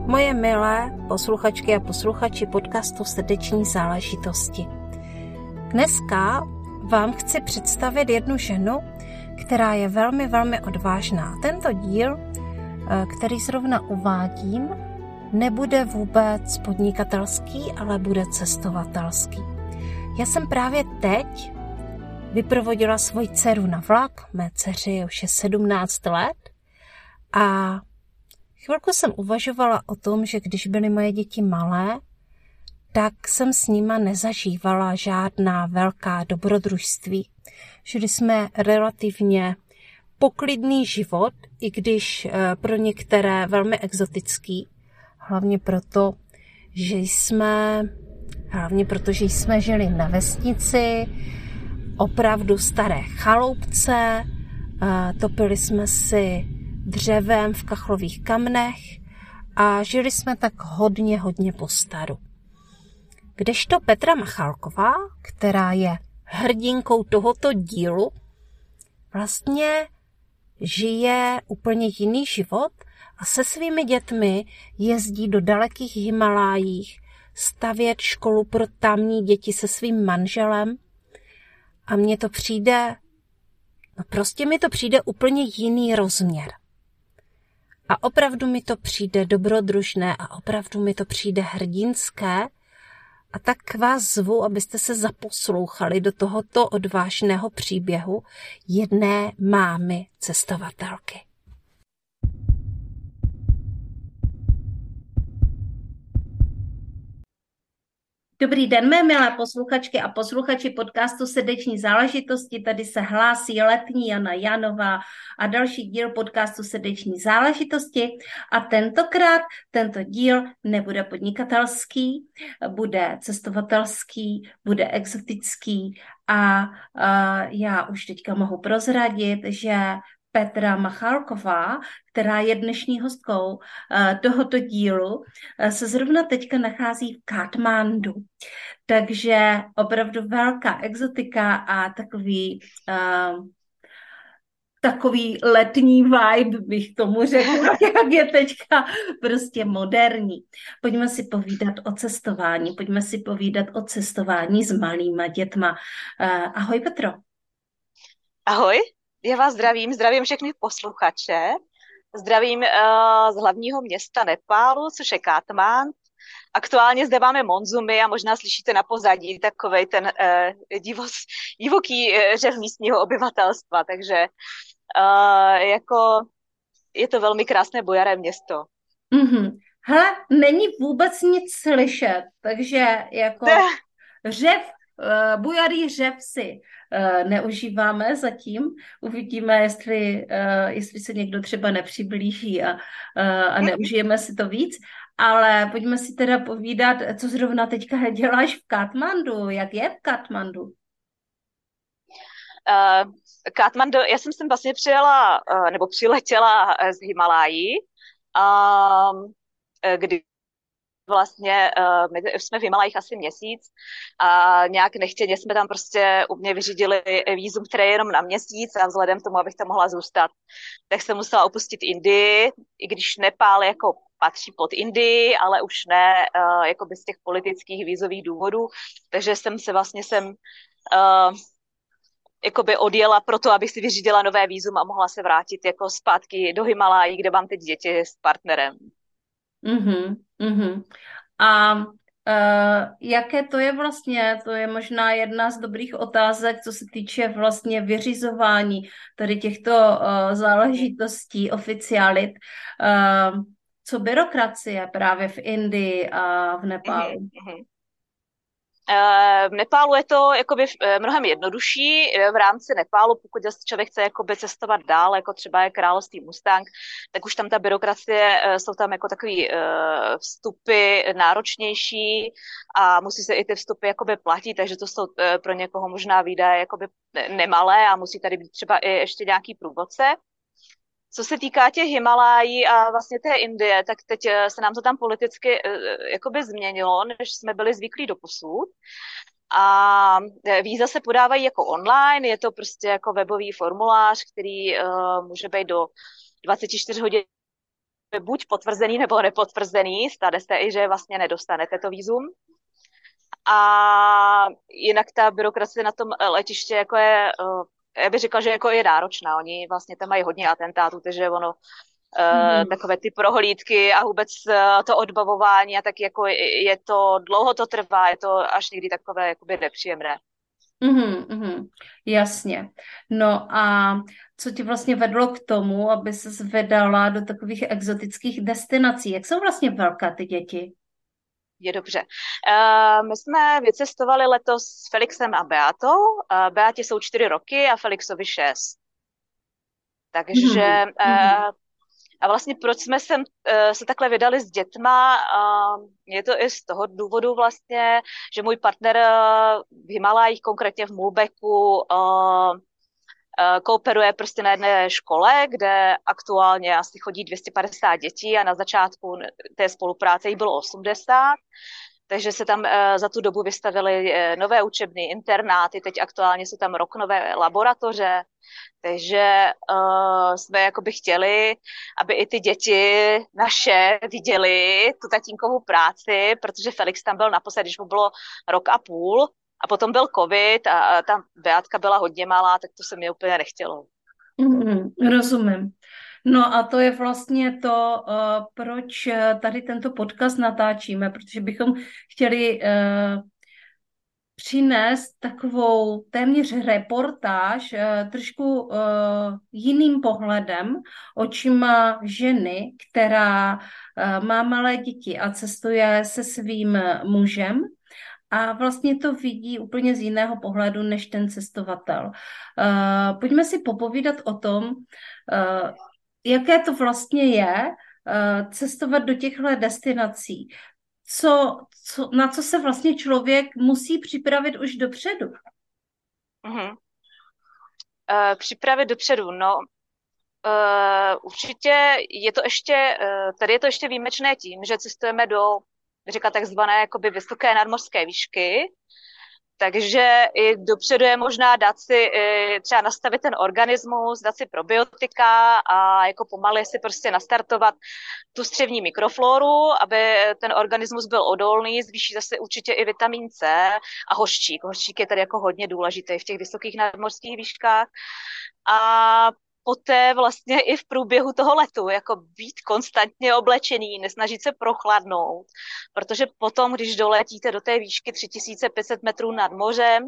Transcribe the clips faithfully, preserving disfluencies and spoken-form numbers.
Moje milé posluchačky a posluchači podcastu Srdeční záležitosti. Dneska vám chci představit jednu ženu, která je velmi, velmi odvážná. Tento díl, který zrovna uvádím, nebude vůbec podnikatelský, ale bude cestovatelský. Já jsem právě teď vyprovodila svoji dceru na vlak, mé dceři už je sedmnáct let a chvilku jsem uvažovala o tom, že když byly moje děti malé, tak jsem s nima nezažívala žádná velká dobrodružství. Žili jsme relativně poklidný život, i když pro některé velmi exotický. Hlavně proto, že jsme, hlavně proto, že jsme žili na vesnici, opravdu staré chaloupce, topili jsme si dřevem v kachlových kamnech a žili jsme tak hodně, hodně po staru. Kdežto Petra Machalková, která je hrdinkou tohoto dílu, vlastně žije úplně jiný život a se svými dětmi jezdí do dalekých Himalájích stavět školu pro tamní děti se svým manželem a mně to přijde, no prostě mi to přijde úplně jiný rozměr. A opravdu mi to přijde dobrodružné a opravdu mi to přijde hrdinské. A tak vás zvu, abyste se zaposlouchali do tohoto odvážného příběhu jedné mámy cestovatelky. Dobrý den, mé milé posluchačky a posluchači podcastu Srdeční záležitosti. Tady se hlásí letní Jana Janová a další díl podcastu Srdeční záležitosti. A tentokrát tento díl nebude podnikatelský, bude cestovatelský, bude exotický a, a já už teďka mohu prozradit, že Petra Machalková, která je dnešní hostkou tohoto dílu, se zrovna teďka nachází v Katmandu. Takže opravdu velká exotika a takový, uh, takový letní vibe, bych tomu řekla, jak je teďka prostě moderní. Pojďme si povídat o cestování, pojďme si povídat o cestování s malýma dětma. Uh, ahoj Petro. Ahoj. Já vás zdravím, zdravím všechny posluchače, zdravím uh, z hlavního města Nepálu, což je Katmand. Aktuálně zde máme monzumy a možná slyšíte na pozadí takovej ten uh, divos, divoký uh, řev místního obyvatelstva, takže uh, jako je to velmi krásné bojaré město. Mm-hmm. Hele, není vůbec nic slyšet, takže jako ne. řev, uh, bujarý řev si Uh, neužíváme zatím. Uvidíme, jestli, uh, jestli se někdo třeba nepřiblíží a, uh, a neužijeme si to víc. Ale pojďme si teda povídat, co zrovna teďka děláš v Katmandu. Jak je v Katmandu? Uh, Katmandu, já jsem sem vlastně přijela, uh, nebo přiletěla z Himalájí, uh, kdy vlastně uh, my jsme v Himalajích asi měsíc a nějak nechtěně jsme tam prostě u mě vyřídili vízum, které je jenom na měsíc a vzhledem k tomu, abych tam mohla zůstat, tak jsem musela opustit Indii, i když Nepál jako patří pod Indii, ale už ne uh, jako bez těch politických vízových důvodů, takže jsem se vlastně sem uh, jakoby odjela proto, abych si vyřídila nové vízum a mohla se vrátit jako zpátky do Himalají, kde mám teď děti s partnerem. Mhm, mhm. A uh, jaké to je vlastně, to je možná jedna z dobrých otázek, co se týče vlastně vyřizování tady těchto uh, záležitostí, oficialit, uh, co byrokracie právě v Indii a v Nepálu. Mhm. V Nepálu je to jakoby mnohem jednodušší. V rámci Nepálu, pokud člověk chce jakoby cestovat dál, jako třeba je království Mustang, tak už tam ta byrokracie, jsou tam jako takový vstupy náročnější a musí se i ty vstupy jakoby platit, takže to jsou pro někoho možná výdaje jakoby nemalé a musí tady být třeba i ještě nějaký průvodce. Co se týká těch Himalájí a vlastně té Indie, tak teď se nám to tam politicky jakoby změnilo, než jsme byli zvyklí doposud. A víza se podávají jako online, je to prostě jako webový formulář, který uh, může být do dvacet čtyři hodin buď potvrzený nebo nepotvrzený, stane se i, že vlastně nedostanete to vízum. A jinak ta byrokracie na tom letiště jako je, já bych řekla, že jako je náročná. Oni vlastně tam mají hodně atentátů, takže ono Mhm. takové ty prohlídky a vůbec to odbavování a tak jako je to, dlouho to trvá, je to až někdy takové jakoby nepříjemné. Mhm, mhm, jasně. No a co tě vlastně vedlo k tomu, aby se zvedala do takových exotických destinací? Jak jsou vlastně velké ty děti? Je dobře. Uh, my jsme vycestovali letos s Felixem a Beatou. Uh, Beatě jsou čtyři roky a Felixovi šest. Takže Mhm, mhm, uh, a vlastně proč jsme sem, uh, se takhle vydali s dětma, uh, je to i z toho důvodu vlastně, že můj partner uh, v Himalajích, konkrétně v Mulbeku, uh, kooperuje prostě na jedné škole, kde aktuálně asi chodí dvě stě padesát dětí a na začátku té spolupráce jich bylo osmdesát. Takže se tam za tu dobu vystavily nové učebny, internáty, teď aktuálně jsou tam rok nové laboratoře, takže uh, jsme jakoby chtěli, aby i ty děti naše viděli tu tatínkovou práci, protože Felix tam byl naposled, když mu bylo rok a půl, a potom byl covid a, a ta Beatka byla hodně malá, tak to se mi úplně nechtělo. mhm, rozumím. No a to je vlastně to, uh, proč tady tento podcast natáčíme, protože bychom chtěli uh, přinést takovou téměř reportáž uh, trošku uh, jiným pohledem, očima ženy, která uh, má malé děti a cestuje se svým mužem a vlastně to vidí úplně z jiného pohledu než ten cestovatel. Uh, pojďme si popovídat o tom, uh, jaké to vlastně je uh, cestovat do těchto destinací. Co, co, na co se vlastně člověk musí připravit už dopředu? Mhm. Uh, připravit dopředu, no uh, určitě je to ještě, uh, tady je to ještě výjimečné tím, že cestujeme do, říká takzvané jakoby vysoké nadmořské výšky, takže i dopředu je možná dát si třeba nastavit ten organismus, dát si probiotika a jako pomalu si prostě nastartovat tu střevní mikrofloru, aby ten organismus byl odolný, zvýší zase určitě i vitamin C a hořčík. Hořčík je tady jako hodně důležitý v těch vysokých nadmořských výškách. A poté vlastně i v průběhu toho letu, jako být konstantně oblečený, nesnažit se prochladnout, protože potom, když doletíte do té výšky tři tisíce pět set metrů nad mořem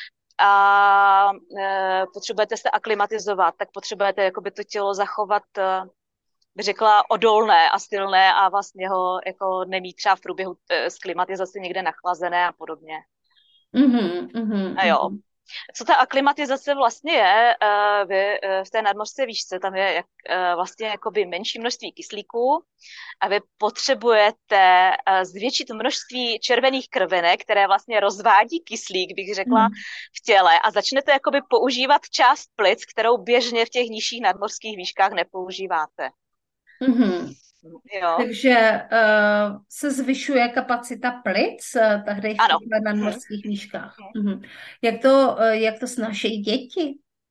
a e, potřebujete se aklimatizovat, tak potřebujete jakoby to tělo zachovat, e, bych řekla, odolné a silné a vlastně ho jako nemít třeba v průběhu e, z klimatizace někde nachlazené a podobně. Mm-hmm, mm-hmm, A jo. Co ta aklimatizace vlastně je uh, vy, uh, v té nadmořské výšce, tam je jak, uh, vlastně jakoby menší množství kyslíku a vy potřebujete uh, zvětšit množství červených krvinek, které vlastně rozvádí kyslík, bych řekla, v těle a začnete jakoby používat část plic, kterou běžně v těch nižších nadmořských výškách nepoužíváte. Mm-hmm. Jo. Takže uh, se zvyšuje kapacita plic uh, tady v Ano. těchto nadmořských výškách. Mm-hmm. Jak to, uh, jak to snášejí děti?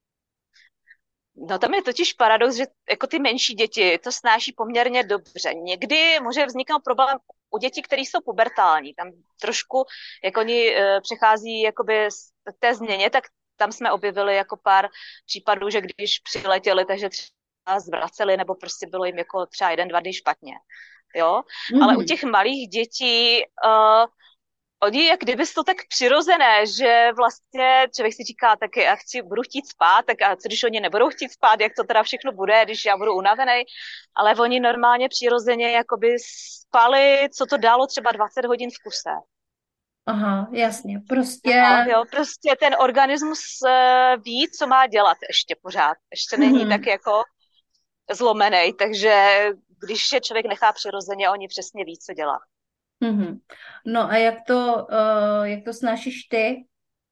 No tam je totiž paradox, že jako ty menší děti to snáší poměrně dobře. Někdy může vzniknout problém u dětí, které jsou pubertální. Tam trošku, jak oni e, přechází jakoby z té změně, tak tam jsme objevili jako pár případů, že když přiletěli, takže třeba zvraceli, nebo prostě bylo jim jako třeba jeden, dva dny špatně. Jo? Mm-hmm. Ale u těch malých dětí uh, oni, jak kdyby to tak přirozené, že vlastně člověk si říká, tak já chci, budu chtít spát, tak a co když oni nebudou chtít spát, jak to teda všechno bude, když já budu unavený, ale oni normálně přirozeně jakoby spali, co to dalo třeba dvacet hodin v kuse. Aha, jasně, prostě... Jo, jo, prostě ten organismus uh, ví, co má dělat ještě pořád, ještě není hmm. tak jako zlomený, takže když je člověk nechá přirozeně, oni přesně ví, co dělat. Mm-hmm. No a jak to, uh, jak to snášíš ty?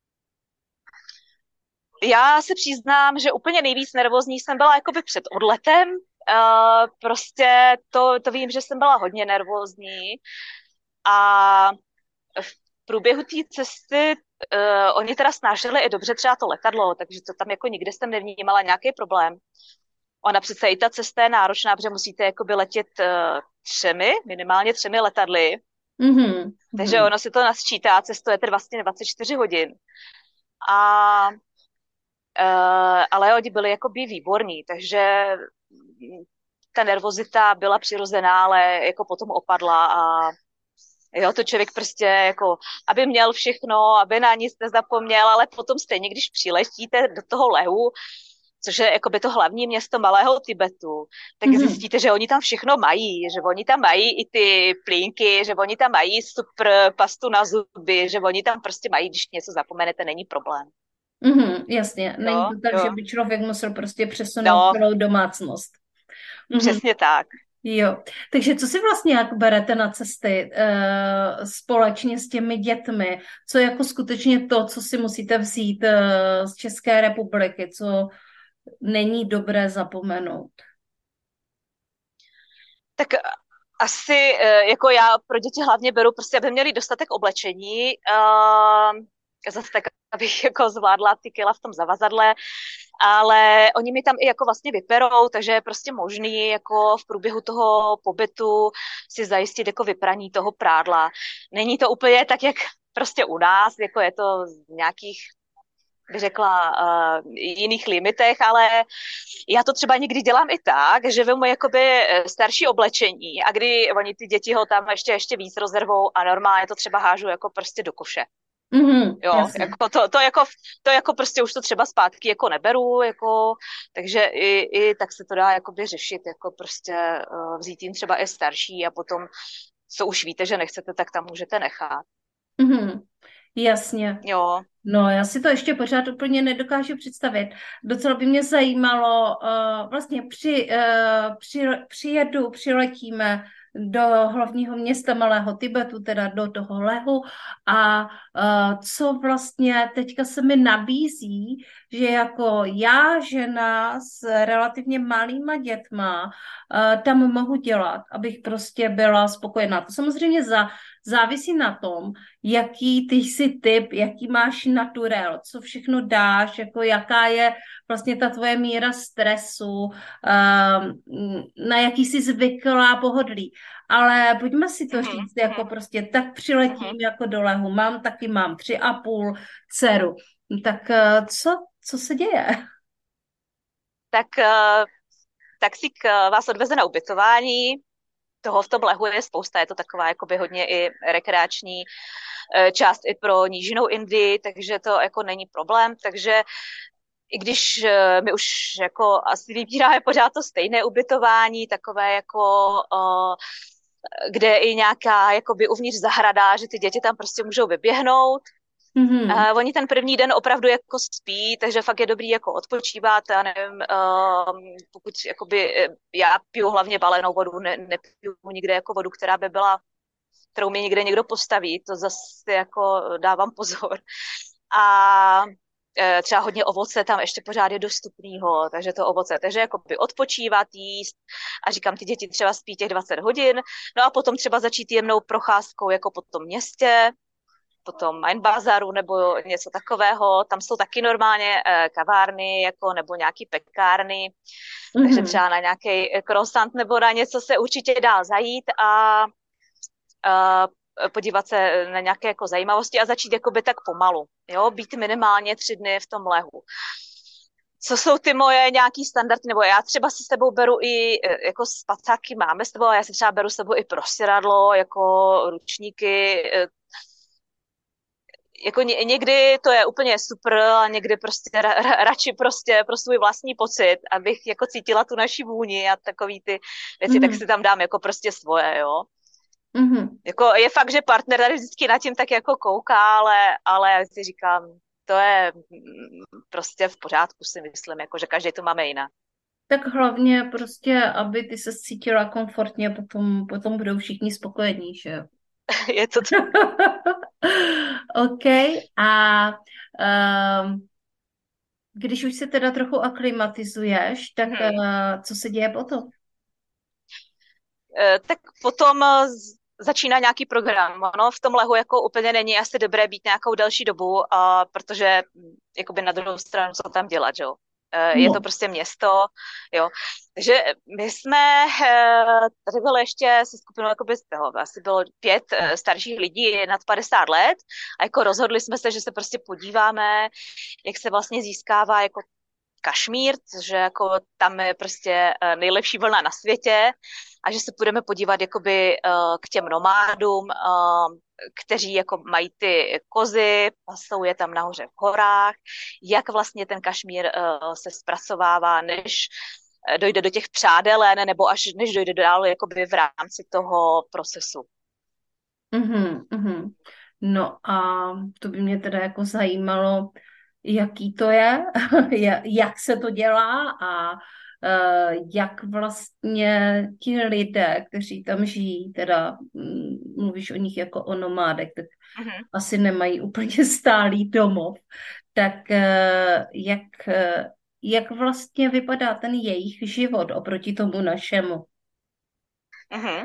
Já se přiznám, že úplně nejvíc nervózní jsem byla jakoby před odletem. Uh, prostě to, to vím, že jsem byla hodně nervózní a v průběhu té cesty uh, oni teda snášeli i dobře třeba to letadlo, takže to tam jako nikde jsem nevnímala nějaký problém. ona přece i ta cesta je náročná, protože musíte jakoby letět uh, třemi, minimálně třemi letadly, Mm-hmm. takže ono si to nasčítá, cestujete vlastně dvacet čtyři hodin. A uh, ale oni byli jakoby výborní, takže ta nervozita byla přirozená, ale jako potom opadla a jo, to člověk prostě jako, aby měl všechno, aby na nic nezapomněl, ale potom stejně, když přiletíte do toho Lehu, což je jakoby to hlavní město Malého Tibetu, tak mm-hmm. zjistíte, že oni tam všechno mají, že oni tam mají i ty plínky, že oni tam mají super pastu na zuby, že oni tam prostě mají, když něco zapomenete, není problém. Mm-hmm, jasně, není jo, to tak, jo. že by člověk musel prostě přesunout no, celou domácnost. Mm-hmm. Přesně tak. Jo, takže co si vlastně jak berete na cesty uh, společně s těmi dětmi? Co je jako skutečně to, co si musíte vzít uh, z České republiky, co není dobré zapomenout? Tak asi jako já pro děti hlavně beru prostě, aby měli dostatek oblečení, uh, zase tak, abych jako zvládla ty kila v tom zavazadle, ale oni mi tam i jako vlastně vyperou, takže je prostě možný jako v průběhu toho pobytu si zajistit jako vypraní toho prádla. Není to úplně tak, jak prostě u nás, jako je to z nějakých bych řekla, uh, jiných limitech, ale já to třeba někdy dělám i tak, že vemu jakoby starší oblečení a kdy oni ty děti ho tam ještě, ještě víc rezervou a normálně to třeba hážu jako prostě do koše. Mm-hmm, jo, jako to, to, jako, to jako prostě už to třeba zpátky jako neberu, jako, takže i, i tak se to dá jakoby řešit, jako prostě uh, vzít jim třeba i starší a potom, co už víte, že nechcete, tak tam můžete nechat. Mm-hmm. Jasně. Jo. No, já si to ještě pořád úplně nedokážu představit. Docela by mě zajímalo, uh, vlastně při, uh, při, přijedu, přiletíme do hlavního města Malého Tibetu, teda do toho Lehu a uh, co vlastně teďka se mi nabízí, že jako já, žena s relativně malýma dětma, uh, tam mohu dělat, abych prostě byla spokojená. To samozřejmě za závisí na tom, jaký ty jsi typ, jaký máš naturel, co všechno dáš, jako jaká je vlastně ta tvoje míra stresu, na jaký jsi zvyklá pohodlí. Ale pojďme si to říct, jako prostě tak přiletím jako do Lehu, mám taky, mám tři a půl dceru. Tak co, co se děje? Tak taxík vás odveze na ubytování, toho v tom Lehu je spousta, je to taková jakoby hodně i rekreační část i pro nížinou Indii, takže to jako není problém, takže i když my už jako asi vybíráme pořád to stejné ubytování, takové jako, kde je i nějaká jakoby uvnitř zahrada, že ty děti tam prostě můžou vyběhnout. Mm-hmm. Uh, oni ten první den opravdu jako spí, takže fakt je dobrý jako odpočívat, já nevím, uh, pokud jakoby, já piju hlavně balenou vodu, ne, nepiju nikde jako vodu, která by byla, kterou mi někde někdo postaví, to zase jako dávám pozor. A uh, třeba hodně ovoce tam ještě pořád je dostupného, takže to ovoce, takže jakoby odpočívat, jíst a říkám, ty děti třeba spí těch dvacet hodin, no a potom třeba začít jemnou procházkou jako po tom městě, potom Main Bazaru nebo něco takového. Tam jsou taky normálně uh, kavárny jako, nebo nějaký pekárny, mm-hmm. takže třeba na nějaký croissant nebo na něco se určitě dá zajít a uh, podívat se na nějaké jako zajímavosti a začít jakoby tak pomalu. Jo? Být minimálně tři dny v tom Lehu. Co jsou ty moje nějaký standardy, nebo já třeba si s tebou beru i jako spacáky máme s tebou, a já si třeba beru s tebou i prostěradlo, jako ručníky, jako ně, někdy to je úplně super a někdy prostě ra, ra, radši prostě pro svůj vlastní pocit, abych jako cítila tu naši vůni a takový ty věci, mm-hmm. tak si tam dám jako prostě svoje, jo. Mm-hmm. Jako je fakt, že partner tady vždycky na tím tak jako kouká, ale, ale já si říkám, to je prostě v pořádku, si myslím, jako že každý to máme jinak. Tak hlavně prostě, aby ty se cítila komfortně, potom, potom budou všichni spokojení, že jo. Je to tak. OK. A um, když už se teda trochu aklimatizuješ, tak hmm. uh, co se děje potom? Uh, tak potom začíná nějaký program. Ono v tom Lehu jako úplně není asi dobré být nějakou delší dobu, uh, protože jakoby na druhou stranu co tam dělat, jo. Je to No. prostě město, jo. Takže my jsme, tady bylo ještě se skupinou jakoby z toho, asi bylo pět starších lidí nad padesát let a jako rozhodli jsme se, že se prostě podíváme, jak se vlastně získává jako Kašmír, což je jako tam je prostě nejlepší vlna na světě a že se budeme podívat jakoby k těm nomádům, kteří jako mají ty kozy, pasou je tam nahoře v horách, jak vlastně ten Kašmír se zpracovává, než dojde do těch přádelen, nebo až než dojde dál jakoby v rámci toho procesu. Mhm, mhm. No a to by mě teda jako zajímalo, jaký to je, ja- jak se to dělá a eh, jak vlastně ti lidé, kteří tam žijí, teda mm, mluvíš o nich jako o nomádech, tak Mhm. asi nemají úplně stálý domov, tak eh, jak, eh, jak vlastně vypadá ten jejich život oproti tomu našemu? Mhm.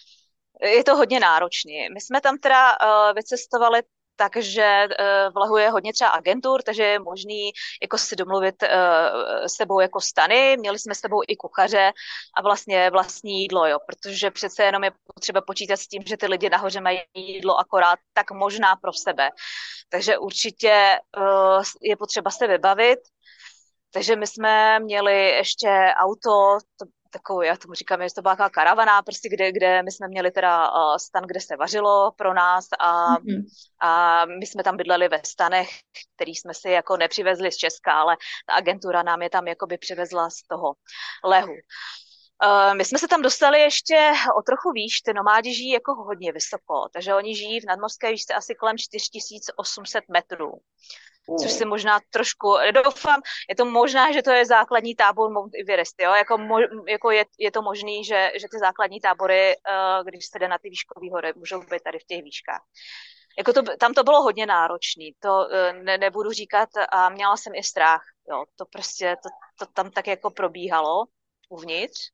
Je to hodně náročný. My jsme tam teda uh, vycestovali takže uh, v Lehu je hodně třeba agentur, takže je možný jako si domluvit uh, s sebou jako stany. Měli jsme s sebou i kuchaře a vlastně vlastní jídlo, jo, protože přece jenom je potřeba počítat s tím, že ty lidi nahoře mají jídlo akorát tak možná pro sebe. Takže určitě uh, je potřeba se vybavit. Takže my jsme měli ještě auto, to, takovou, já tomu říkám, že to byla taková karavana, prostě kde, kde my jsme měli teda uh, stan, kde se vařilo pro nás a, Mhm. a my jsme tam bydleli ve stanech, který jsme si jako nepřivezli z Česka, ale ta agentura nám je tam jakoby přivezla z toho Lehu. Uh, my jsme se tam dostali ještě o trochu výš, ty nomádi žijí jako hodně vysoko, takže oni žijí v nadmořské výšce asi kolem čtyři tisíce osm set metrů, což si možná trošku, doufám, je to možná, že to je základní tábor Mount Everest, jo, jako, mo, jako je, je to možný, že, že ty základní tábory, uh, když se jde na ty výškové hory, můžou být tady v těch výškách. Jako to, tam to bylo hodně náročný, to uh, ne, nebudu říkat a měla jsem i strach, jo, to prostě, to, to tam tak jako probíhalo uvnitř,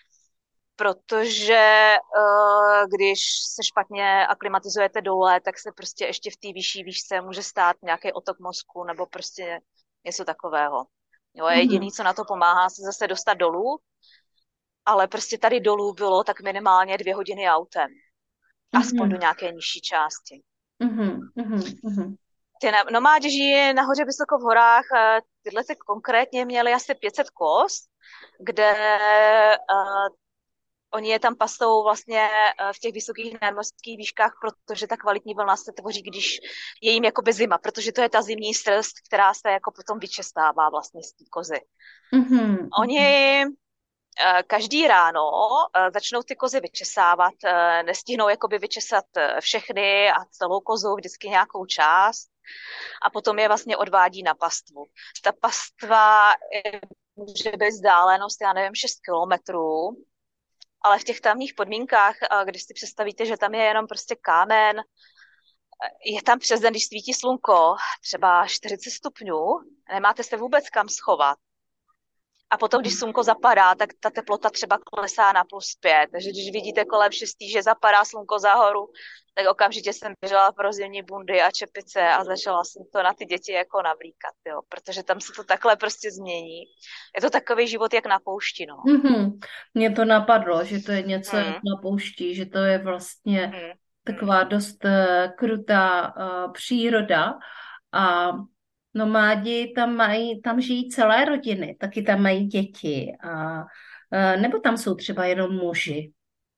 protože uh, když se špatně aklimatizujete dole, tak se prostě ještě v té vyšší výšce může stát nějaký otok mozku nebo prostě něco takového. Jo, a Mhm. jediný, co na to pomáhá, se zase dostat dolů, ale prostě tady dolů bylo tak minimálně dvě hodiny autem, aspoň do Mhm. nějaké nižší části. Mhm. Mhm. Mhm. Ty nomádi žijí nahoře vysoko v horách, tyhle ty konkrétně měli asi pět set koz, kde uh, oni je tam pasou vlastně v těch vysokých nadmořských výškách, protože ta kvalitní vlna se tvoří, když je jim jakoby zima, protože to je ta zimní srst, která se jako potom vyčesává vlastně z té kozy. Mhm. Oni každý ráno začnou ty kozy vyčesávat, nestihnou jakoby vyčesat všechny a celou kozu, vždycky nějakou část a potom je vlastně odvádí na pastvu. Ta pastva může být vzdálenost, já nevím, šest kilometrů, ale v těch tamních podmínkách, když si představíte, že tam je jenom prostě kámen, je tam přes den, když svítí slunko, třeba čtyřicet stupňů, nemáte se vůbec kam schovat. A potom, když slunko zapadá, tak ta teplota třeba klesá na plus pět. Takže když vidíte kolem šestý, že zapadá slunko za horu, tak okamžitě jsem běžela pro zimní bundy a čepice a začala jsem to na ty děti jako navlíkat, jo, protože tam se to takhle prostě změní. Je to takový život jak na poušti, no. Mhm. Mně to napadlo, že to je něco jak Hmm. na poušti, že to je vlastně Hmm. taková dost uh, krutá uh, příroda a nomádi tam mají, tam žijí celé rodiny, taky tam mají děti a uh, nebo tam jsou třeba jenom muži.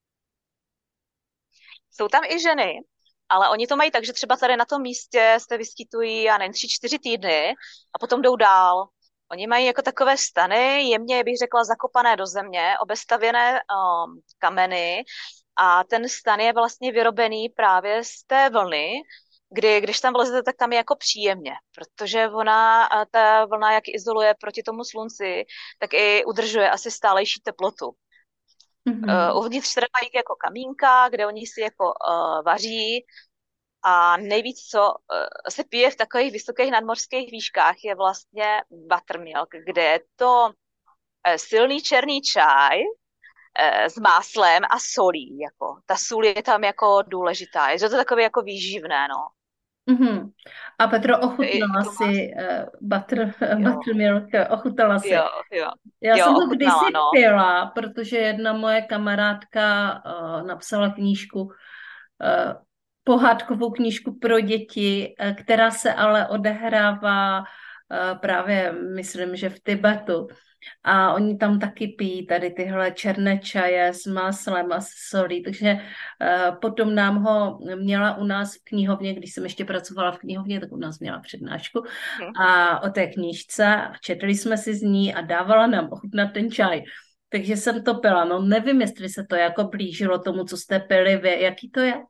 Jsou tam i ženy, ale oni to mají tak, že třeba tady na tom místě se vyskytují, já nevím, tři, čtyři týdny a potom jdou dál. Oni mají jako takové stany, jemně bych řekla zakopané do země, obestavěné um, kameny a ten stan je vlastně vyrobený právě z té vlny, kdy když tam vlezete, tak tam je jako příjemně, protože ona, ta vlna jak izoluje proti tomu slunci, tak i udržuje asi stálejší teplotu. Uh, Mhm. uvnitř teda mají jako kamínka, kde oni si jako uh, vaří a nejvíc, co uh, se pije v takových vysokých nadmořských výškách, je vlastně buttermilk, kde je to uh, silný černý čaj uh, s máslem a solí. Jako. Ta sůl je tam jako důležitá. Je to takové jako výživné, no. Mhm. A Petro, I, ochutnala to má, si uh, butter, jo, buttermilk, ochutnala si. jo, jo, Já jo, jsem to kdysi ochutnala, no. pila, protože jedna moje kamarádka uh, napsala knížku, uh, pohádkovou knížku pro děti, uh, která se ale odehrává uh, právě, myslím, že v Tibetu. A oni tam taky pijí tady tyhle černé čaje s máslem a s solí, takže uh, potom nám ho měla u nás v knihovně, když jsem ještě pracovala v knihovně, tak u nás měla přednášku Hm. a o té knížce a četli jsme si z ní a dávala nám ochutnat ten čaj. Takže jsem to pila. No nevím, jestli se to jako blížilo tomu, co jste pili vy. Jaký to je?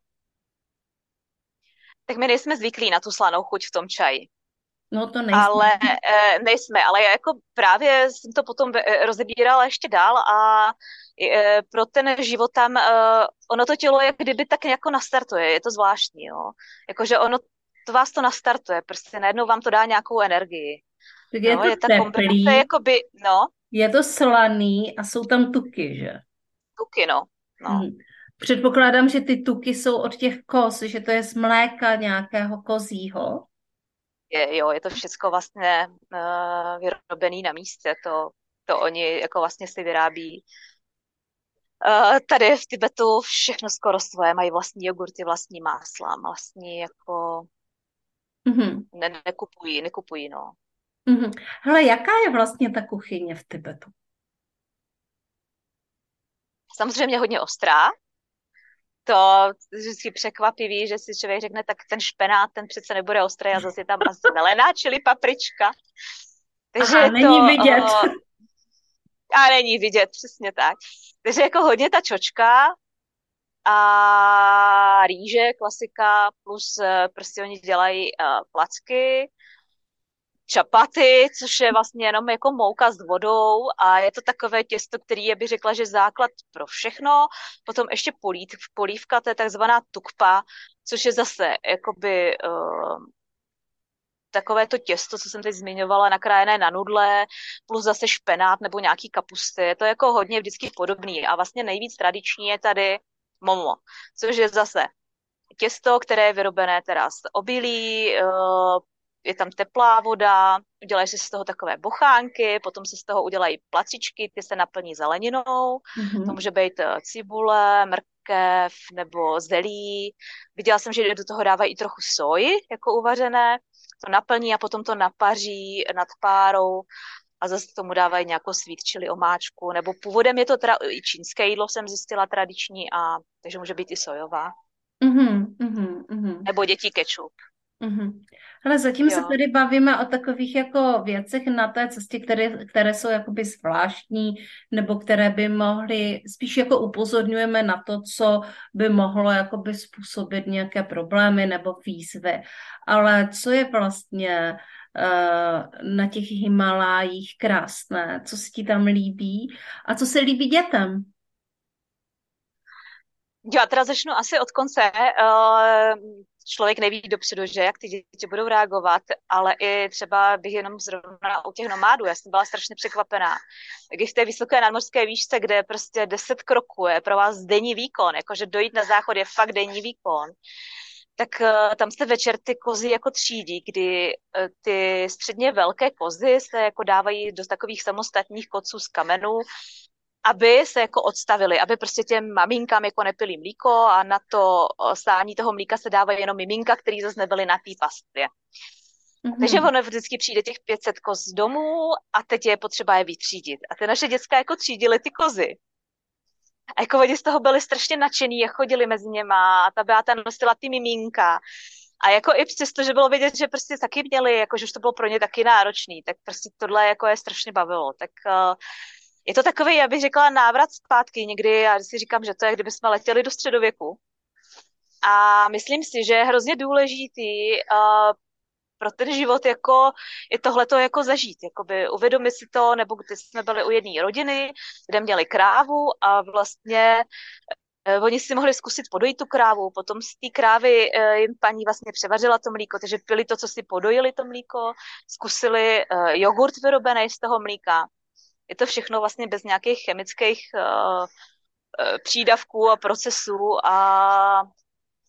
Tak my nejsme zvyklí na tu slanou chuť v tom čaji. No to nejsem. Ale e, nejsme, ale jako právě jsem to potom e, rozebírala ještě dál a e, pro ten život tam, e, ono to tělo jak kdyby tak jako nastartuje, je to zvláštní, jo. Jakože ono, to vás to nastartuje, prostě najednou vám to dá nějakou energii. Tak je Jo, to je ta kombinace teplý, jakoby, no, je to slaný a jsou tam tuky, že? tuky, no, no. Mhm. Předpokládám, že ty tuky jsou od těch koz, že to je z mléka nějakého kozího. Je, jo, je to všecko vlastně uh, vyrobený na místě, to, to oni jako vlastně si vyrábí. Uh, tady v Tibetu všechno skoro svoje, mají vlastní jogurty, vlastní másla, vlastní jako Mhm. ne, nekupují, nekupují, no. Mhm. Hele, jaká je vlastně ta kuchyně v Tibetu? Samozřejmě hodně ostrá, to vždycky překvapivý, že si člověk řekne, tak ten špenát, ten přece nebude ostrý a zase je tam asi zelená, čili paprička. Takže Aha, je není to, vidět. uh, a není vidět, přesně tak. Takže jako hodně ta čočka a rýže, klasika, plus uh, prostě oni dělají uh, placky, čapaty, což je vlastně jenom jako mouka s vodou a je to takové těsto, který je, bych řekla, že základ pro všechno. Potom ještě polít, polívka, to je takzvaná tukpa, což je zase jakoby uh, takové to těsto, co jsem teď zmiňovala, nakrájené na nudle, plus zase špenát nebo nějaký kapusty. Je to jako hodně vždycky podobný a vlastně nejvíc tradiční je tady momo, což je zase těsto, které je vyrobené teda z obilí, uh, je tam teplá voda, udělají si z toho takové bochánky, potom se z toho udělají placičky, ty se naplní zeleninou, to Mhm. může být eh, cibule, mrkev nebo zelí. Viděla jsem, že do toho dávají i trochu soji, jako uvařené, to naplní a potom to napaří nad párou a zase tomu dávají nějakou sweet chili omáčku, nebo původem je to teda i čínské jídlo, jsem zjistila tradiční, a takže může být i sojová. Mhm, mhm, mhm. Nebo dětí kečup. Mhm. Ale zatím se Jo. tady bavíme o takových jako věcech na té cestě, které, které jsou jakoby zvláštní, nebo které by mohly, spíš jako upozorňujeme na to, co by mohlo jakoby způsobit nějaké problémy nebo výzvy. Ale co je vlastně uh, na těch Himalájích krásné, co se ti tam líbí a co se líbí dětem? Jo, a teda začnu asi od konce. Eh, Člověk neví dopředu, že jak ty děti budou reagovat, ale i třeba bych jenom zrovna u těch nomádů, já jsem byla strašně překvapená. Když v té vysoké nadmořské výšce, kde prostě deset kroků je pro vás denní výkon, jakože dojít na záchod je fakt denní výkon, tak uh, tam se večer ty kozy jako třídí, kdy uh, ty středně velké kozy se jako dávají do takových samostatných koců z kamenů, aby se jako odstavili, aby prostě těm maminkám jako nepili mlíko a na to stání toho mlíka se dávají jenom miminka, který zase nebyly na té pastvě. Takže Mhm. ono vždycky přijde těch pět set koz domů a teď je potřeba je vytřídit. A ty naše děcka jako třídily ty kozy. A jako oni z toho byli strašně nadšený, jak chodili mezi něma a ta Beata nosila ty miminka. A jako i přesto, že bylo vidět, že prostě taky měli, jako že už to bylo pro ně taky náročný, tak prostě tohle jako je strašně bavilo. Tak uh, je to takový, já bych řekla, návrat zpátky někdy. Já si říkám, že to je, kdyby jsme letěli do středověku. A myslím si, že je hrozně důležitý uh, pro ten život jako je tohleto jako zažít, jakoby uvědomit si to, nebo když jsme byli u jedné rodiny, kde měli krávu a vlastně eh, oni si mohli zkusit podojit tu krávu, potom z té krávy eh, jim paní vlastně převařila to mlíko, takže pili to, co si podojili to mlíko, zkusili eh, jogurt vyrobený z toho mlíka. Je to všechno vlastně bez nějakých chemických uh, přídavků a procesů a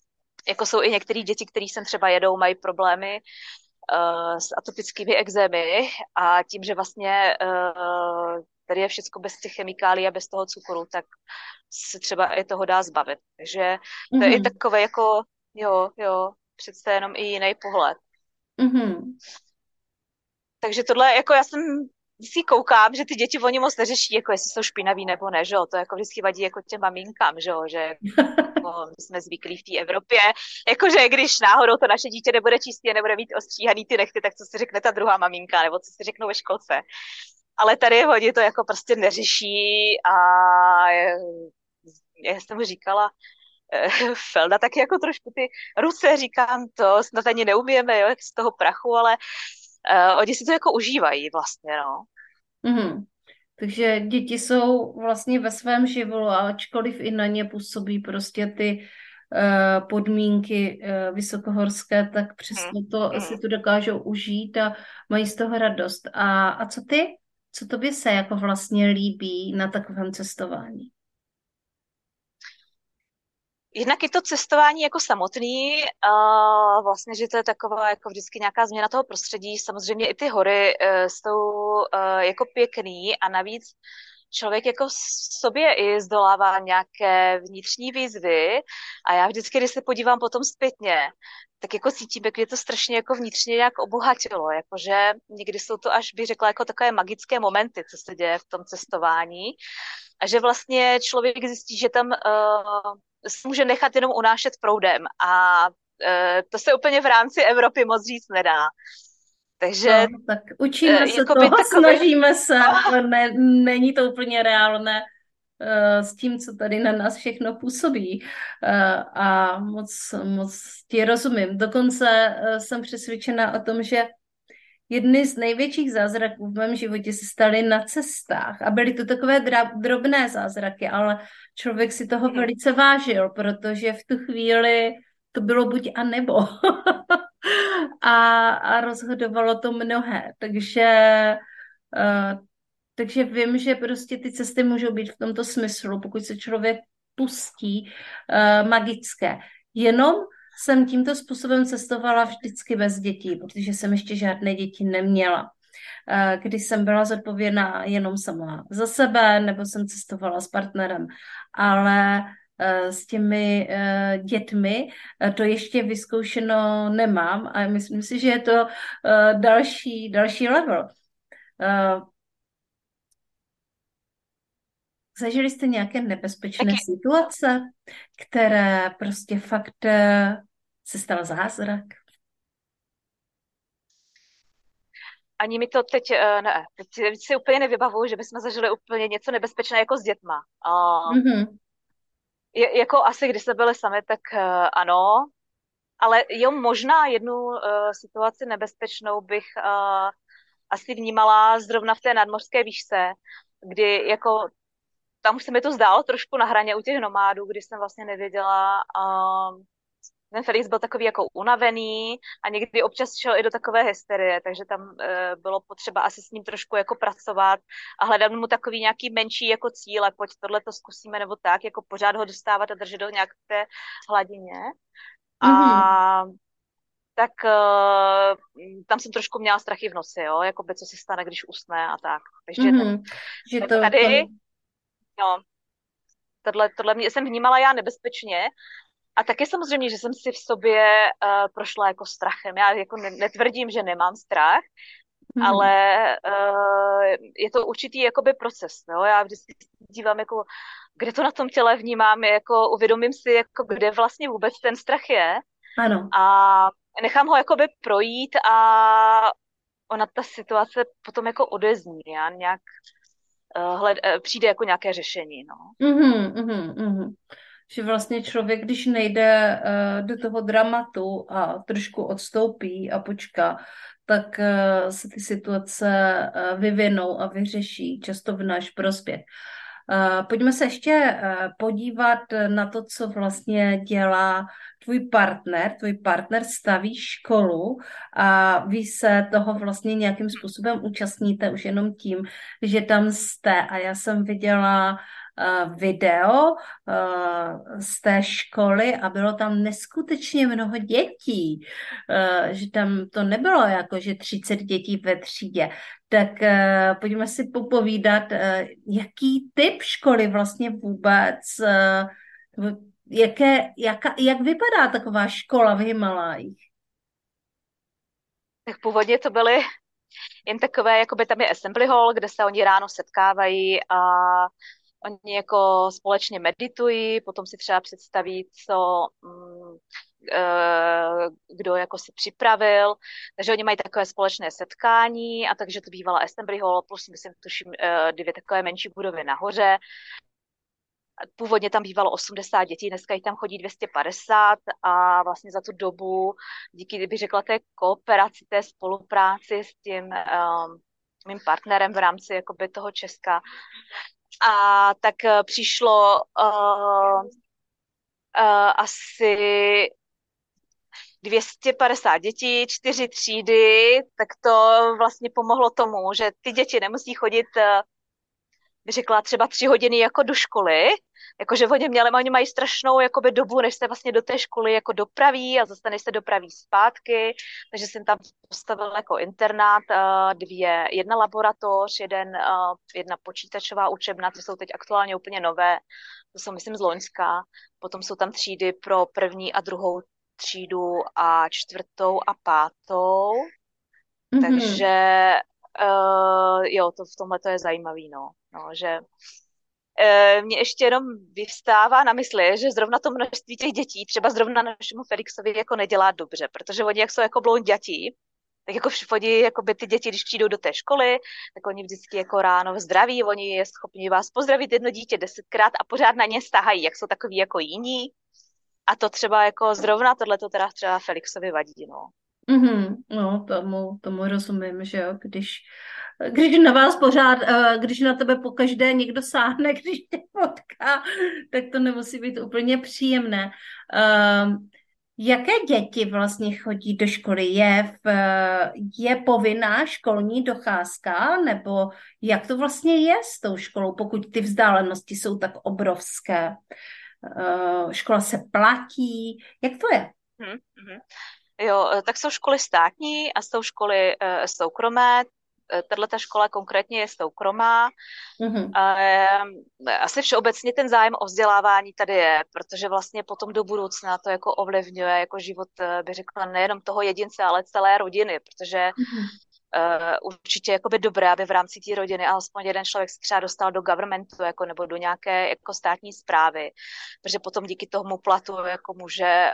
jako jsou i některé děti, které sem třeba jedou, mají problémy uh, s atopickými ekzémy a tím, že vlastně uh, tady je všechno bez těch chemikálií a bez toho cukru, tak se třeba i toho dá zbavit. Takže to je i Mhm. takové jako, jo, jo, přece jenom i jiný pohled. Mhm. Takže tohle, jako já jsem vždycky koukám, že ty děti oni moc neřeší, jako jestli jsou špinaví nebo ne, že jo, to jako vždycky vadí jako těm maminkám, že jo, že jako my jsme zvyklí v té Evropě, jakože když náhodou to naše dítě nebude čistý a nebude mít ostříhaný ty nechty, tak co si řekne ta druhá maminka, nebo co si řeknou ve školce. Ale tady oni to jako prostě neřeší a já jsem mu říkala, Felda taky jako trošku ty ruce, říkám to, snad ani neumíme, jo, jak z toho prachu, ale uh, oni si to jako užívají vlastně, no. Mhm. Takže děti jsou vlastně ve svém živlu, a ačkoliv i na ně působí prostě ty uh, podmínky uh, vysokohorské, tak přesto to Hmm. si to dokážou užít a mají z toho radost. A, a co ty? Co tobě se jako vlastně líbí na takovém cestování? Jednak je to cestování jako samotný, a vlastně, že to je taková jako vždycky nějaká změna toho prostředí. Samozřejmě i ty hory uh, jsou uh, jako pěkný a navíc člověk jako v sobě i zdolává nějaké vnitřní výzvy a já vždycky, když se podívám potom zpětně, tak jako cítím, jak mě to strašně jako vnitřně nějak obohatilo, jakože někdy jsou to až, bych řekla, jako takové magické momenty, co se děje v tom cestování a že vlastně člověk zjistí, že tam uh, se může nechat jenom unášet proudem a uh, to se úplně v rámci Evropy moc říct nedá. Takže No, tak učíme uh, se jako toho, by takové... snažíme se, ale ne, není to úplně reálné uh, s tím, co tady na nás všechno působí. Uh, a moc, moc ti rozumím. Dokonce uh, jsem přesvědčena o tom, že jedny z největších zázraků v mém životě se staly na cestách. A byly to takové dra- drobné zázraky, ale člověk si toho Hmm. velice vážil, protože v tu chvíli to bylo buď a nebo. a, a rozhodovalo to mnohé. Takže, uh, takže vím, že prostě ty cesty můžou být v tomto smyslu, pokud se člověk pustí, uh, magické. Jenom jsem tímto způsobem cestovala vždycky bez dětí, protože jsem ještě žádné děti neměla. Když jsem byla zodpovědná jenom sama za sebe, nebo jsem cestovala s partnerem, ale s těmi dětmi to ještě vyzkoušeno nemám a myslím si, že je to další, další level. Zažili jste nějaké nebezpečné Taky. situace, které prostě fakt se stal zázrak? Ani mi to teď, ne, teď si úplně nevybavuju, že bychom zažili úplně něco nebezpečné jako s dětma. Uh, Mm-hmm. je, jako asi, když jsme byli sami, tak uh, ano, ale jo, možná jednu uh, situaci nebezpečnou bych uh, asi vnímala zrovna v té nadmořské výšce, kdy jako tam už se mi to zdálo trošku na hraně u těch nomádů, kdy jsem vlastně nevěděla, uh, ten Felix byl takový jako unavený a někdy občas šel i do takové hysterie, takže tam e, bylo potřeba asi s ním trošku jako pracovat a hledat mu takový nějaký menší jako cíle, pojď tohle to zkusíme nebo tak, jako pořád ho dostávat a držet do nějaké té hladině. Mm-hmm. A tak e, tam jsem trošku měla strachy v noci, jo, jako by co se stane, když usne a tak. Takže Mm-hmm. Že to, tady, to... no, tohle, tohle mě jsem vnímala já nebezpečně. A taky samozřejmě, že jsem si v sobě uh, prošla jako strachem. Já jako ne- netvrdím, že nemám strach, Mm-hmm. ale uh, je to určitý jakoby proces. No? Já vždycky dívám, jako, kde to na tom těle vnímám, jako uvědomím si, jako, kde vlastně vůbec ten strach je. Ano. A nechám ho jakoby projít a ona ta situace potom jako odezní a nějak uh, hled, uh, přijde jako nějaké řešení. No. Mm-hmm, mm-hmm. Že vlastně člověk, když nejde uh, do toho dramatu a trošku odstoupí a počká, tak uh, se ty situace uh, vyvinou a vyřeší často v náš prospěch. Uh, pojďme se ještě uh, podívat na to, co vlastně dělá tvůj partner. Tvůj partner staví školu a vy se toho vlastně nějakým způsobem účastníte už jenom tím, že tam jste. A já jsem viděla uh, video uh, z té školy a bylo tam neskutečně mnoho dětí, uh, že tam to nebylo jako, že třicet dětí ve třídě. Tak uh, pojďme si popovídat, uh, jaký typ školy vlastně vůbec, uh, jaké, jaka, jak vypadá taková škola v Himalájích? Tak původně to byly jen takové, jakoby tam je assembly hall, kde se oni ráno setkávají a oni jako společně meditují, potom si třeba představí, co mm, eh, kdo jako si připravil, takže oni mají takové společné setkání a takže to bývala assembly hall, plus myslím, tuším eh, dvě takové menší budovy nahoře. Původně tam bývalo osmdesát dětí, dneska jich tam chodí dvě stě padesát a vlastně za tu dobu, díky, kdyby řekla, té kooperaci, té spolupráci s tím um, mým partnerem v rámci jakoby toho Česka, a tak uh, přišlo uh, uh, asi dvě stě padesát dětí, čtyři třídy, tak to vlastně pomohlo tomu, že ty děti nemusí chodit uh, by řekla třeba tři hodiny jako do školy, jakože oni měli, oni mají strašnou jakoby dobu, než se vlastně do té školy jako dopraví a zase než se dopraví zpátky, takže jsem tam postavil jako internát, dvě, jedna laboratoř, jeden, jedna počítačová učebna, ty jsou teď aktuálně úplně nové, to jsou myslím z Loňska, potom jsou tam třídy pro první a druhou třídu a čtvrtou a pátou, mm-hmm. takže Uh, jo, to v tomhle to je zajímavý, no, no že uh, mě ještě jenom vyvstává na mysli, že zrovna to množství těch dětí třeba zrovna našemu Felixovi jako nedělá dobře, protože oni jak jsou jako bloundětí, tak jako oni, jako by ty děti, když přijdou do té školy, tak oni vždycky jako ráno v zdraví, oni je schopni vás pozdravit jedno dítě desetkrát a pořád na ně stahají, jak jsou takový jako jiní, a to třeba jako zrovna tohle to teda třeba Felixovi vadí, no. Mm-hmm. No, tomu, tomu rozumím, že jo, když, když na vás pořád, když na tebe pokaždé někdo sáhne, když tě potká, tak to nemusí být úplně příjemné. Um, jaké děti vlastně chodí do školy? Je, v, je povinná školní docházka, nebo jak to vlastně je s tou školou, pokud ty vzdálenosti jsou tak obrovské? Uh, škola se platí, jak to je? Mm-hmm. Jo, tak jsou školy státní a jsou školy e, soukromé. Tato škola konkrétně je soukromá. Mm-hmm. E, asi všeobecně ten zájem o vzdělávání tady je, protože vlastně potom do budoucna to jako ovlivňuje jako život, by řekla, nejenom toho jedince, ale celé rodiny, protože mm-hmm. e, určitě jakoby dobré, aby v rámci té rodiny alespoň jeden člověk se třeba dostal do governmentu jako, nebo do nějaké jako státní správy, protože potom díky tomu platu jako může e,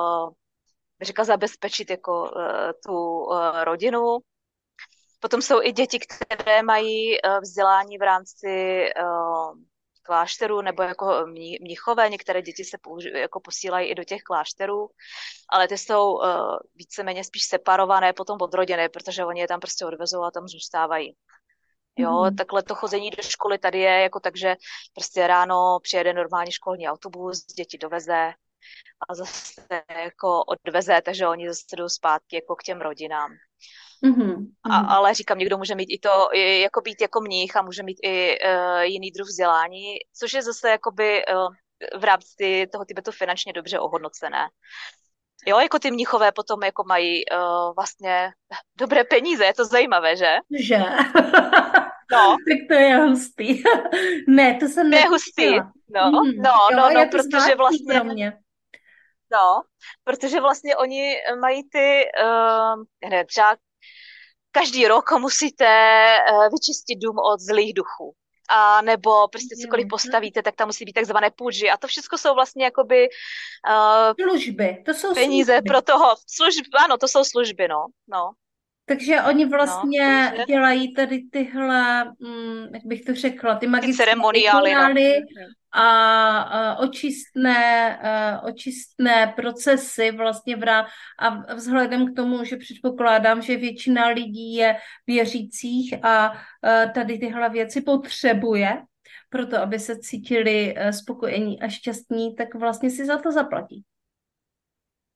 bych řekla, zabezpečit jako uh, tu uh, rodinu. Potom jsou i děti, které mají uh, vzdělání v rámci uh, klášterů nebo jako mnichové. Některé děti se použi- jako posílají i do těch klášterů, ale ty jsou uh, víceméně spíš separované potom od rodiny, protože oni je tam prostě odvezou a tam zůstávají. Jo, mm. takhle to chození do školy tady je jako tak, že prostě ráno přijede normální školní autobus, děti doveze a zase jako odveze, takže oni zase jdou zpátky jako k těm rodinám. Mm-hmm. A, ale říkám, někdo může mít i to, i, jako být jako mních a může mít i uh, jiný druh vzdělání, což je zase jakoby uh, v rámci toho Tibetu finančně dobře ohodnocené. Jo, jako ty mnichové potom jako mají uh, vlastně dobré peníze, je to zajímavé, že? Že? No. Tak to je hustý. Ne, to jsem to je hustý. No, mm, no, jo, no, no, protože vlastně... Pro mě. No, protože vlastně oni mají ty, uh, ne, třeba každý rok musíte uh, vyčistit dům od zlých duchů. A nebo prostě cokoliv postavíte, tak tam musí být takzvané půži. A to všechno jsou vlastně jakoby uh, služby. To jsou peníze služby. pro toho. Služby, ano, to jsou služby, no. no. Takže oni vlastně no, dělají tady tyhle, hm, jak bych to řekla, ty magické rituály a, a očistné, a očistné procesy vlastně vrát, a vzhledem k tomu, že předpokládám, že většina lidí je věřících a, a tady tyhle věci potřebuje, proto aby se cítili spokojení a šťastní, tak vlastně si za to zaplatí.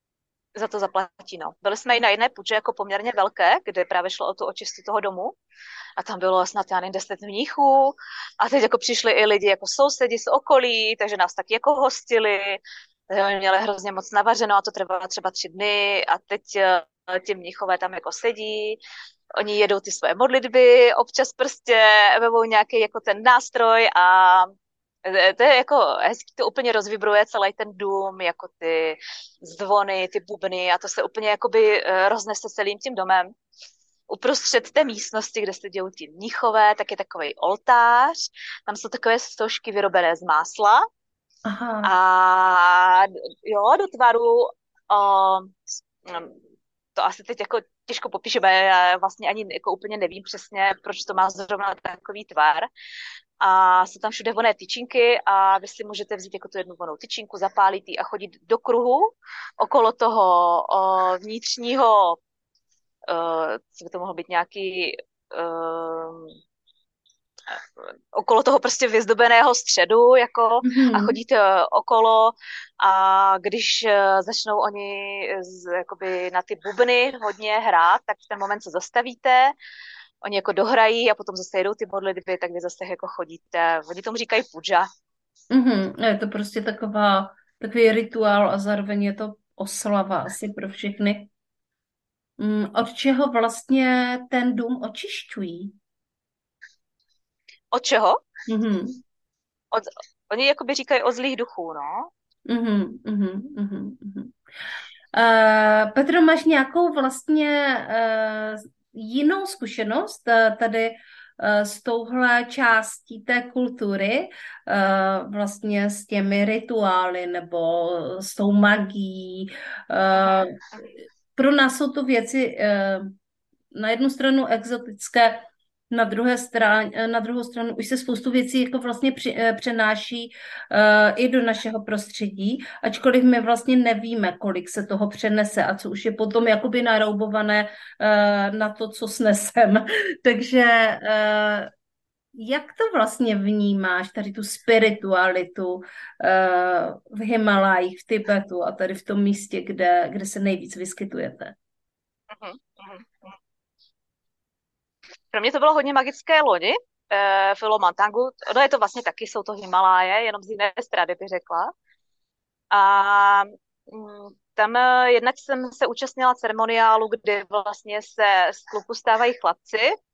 za to zaplatí, no. Byli jsme i na jedné půdře jako poměrně velké, kde právě šlo o tu očistu toho domu a tam bylo snad, já nevím, deset mníchů a teď jako přišli i lidi jako sousedi z okolí, takže nás taky jako hostili, takže oni měli hrozně moc navařeno a to trvalo třeba tři dny a teď eh, ti mnichové tam jako sedí, oni jedou ty své modlitby, občas prostě vemou nějaký jako ten nástroj a eh, to je jako hezký, to úplně rozvibruje celý ten dům, jako ty zvony, ty bubny a to se úplně jakoby eh, roznese celým tím domem. Uprostřed té místnosti, kde se dějou ti mnichové, tak je takový oltář, tam jsou takové stožky vyrobené z másla Aha. a jo, do tvaru uh, to asi teď jako těžko popíšeme, já vlastně ani jako úplně nevím přesně, proč to má zrovna takový tvar. A jsou tam všude voné tyčinky a vy si můžete vzít jako tu jednu vonou tyčinku, zapálit ji a chodit do kruhu okolo toho o, vnitřního, uh, co by to mohlo být nějaký, uh, okolo toho prostě vyzdobeného středu jako a Mhm. chodíte okolo a když eh, začnou oni z, jakoby na ty bubny hodně hrát, tak v ten moment se zastavíte, oni jako dohrají a potom zase jedou ty modlitby, tak vy zase jako chodíte. Oni tomu říkají puja. Mhm. Je to prostě taková, takový rituál a zároveň je to oslava asi pro všechny. Mm, od čeho vlastně ten dům očišťují? Od čeho? Mhm. Od, oni jakoby říkají od zlých duchů, no. Mhm. Mhm. Mhm. Mhm. Uh, Petro, máš nějakou vlastně uh, jinou zkušenost uh, tady uh, s touhle částí té kultury, uh, vlastně s těmi rituály nebo s tou magií? Uh, Mhm. pro nás jsou to věci uh, na jednu stranu exotické, na druhé straně, na druhou stranu už se spoustu věcí jako vlastně při, eh, přenáší uh, i do našeho prostředí, ačkoliv my vlastně nevíme, kolik se toho přenese a co už je potom jakoby naroubované uh, na to, co snesem. Takže uh, jak to vlastně vnímáš, tady tu spiritualitu uh, v Himalajích, v Tibetu a tady v tom místě, kde, kde se nejvíc vyskytujete? Mhm. Mhm. Pro mě to bylo hodně magické loni, eh, v Ilomantangu. No je to vlastně taky, jsou to Himaláje, jenom z jiné strany bych řekla. A mm, tam eh, jednak jsem se účastnila ceremoniálu, kdy vlastně se z kluku stávají chlapci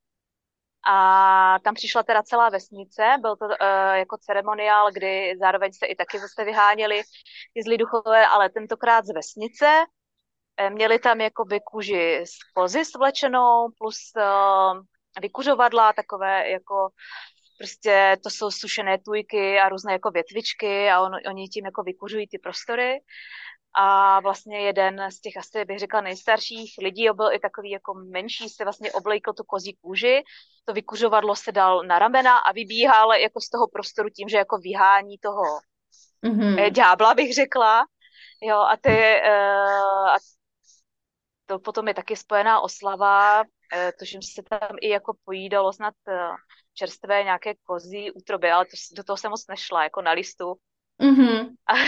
a tam přišla teda celá vesnice. Byl to uh, jako ceremoniál, kdy zároveň se i taky zase vyháněli ty zlí duchové, ale tentokrát z vesnice. Eh, Měli tam jakoby kůži z kozy svlečenou plus uh, vykuřovadla, takové jako prostě to jsou sušené tujky a různé jako větvičky a on, oni tím jako vykuřují ty prostory. A vlastně jeden z těch asi bych řekla nejstarších lidí byl i takový jako menší, se vlastně oblejkl tu kozí kůži, to vykuřovadlo se dal na ramena a vybíhal jako z toho prostoru tím, že jako vyhání toho eh, Mhm. ďábla, bych řekla. Jo, a ty, eh, a to potom je taky spojená oslava, eh, tuším, se tam i jako pojídalo snad eh, čerstvé nějaké kozí útroby, ale to, do toho jsem moc nešla, jako na listu. Mhm. A,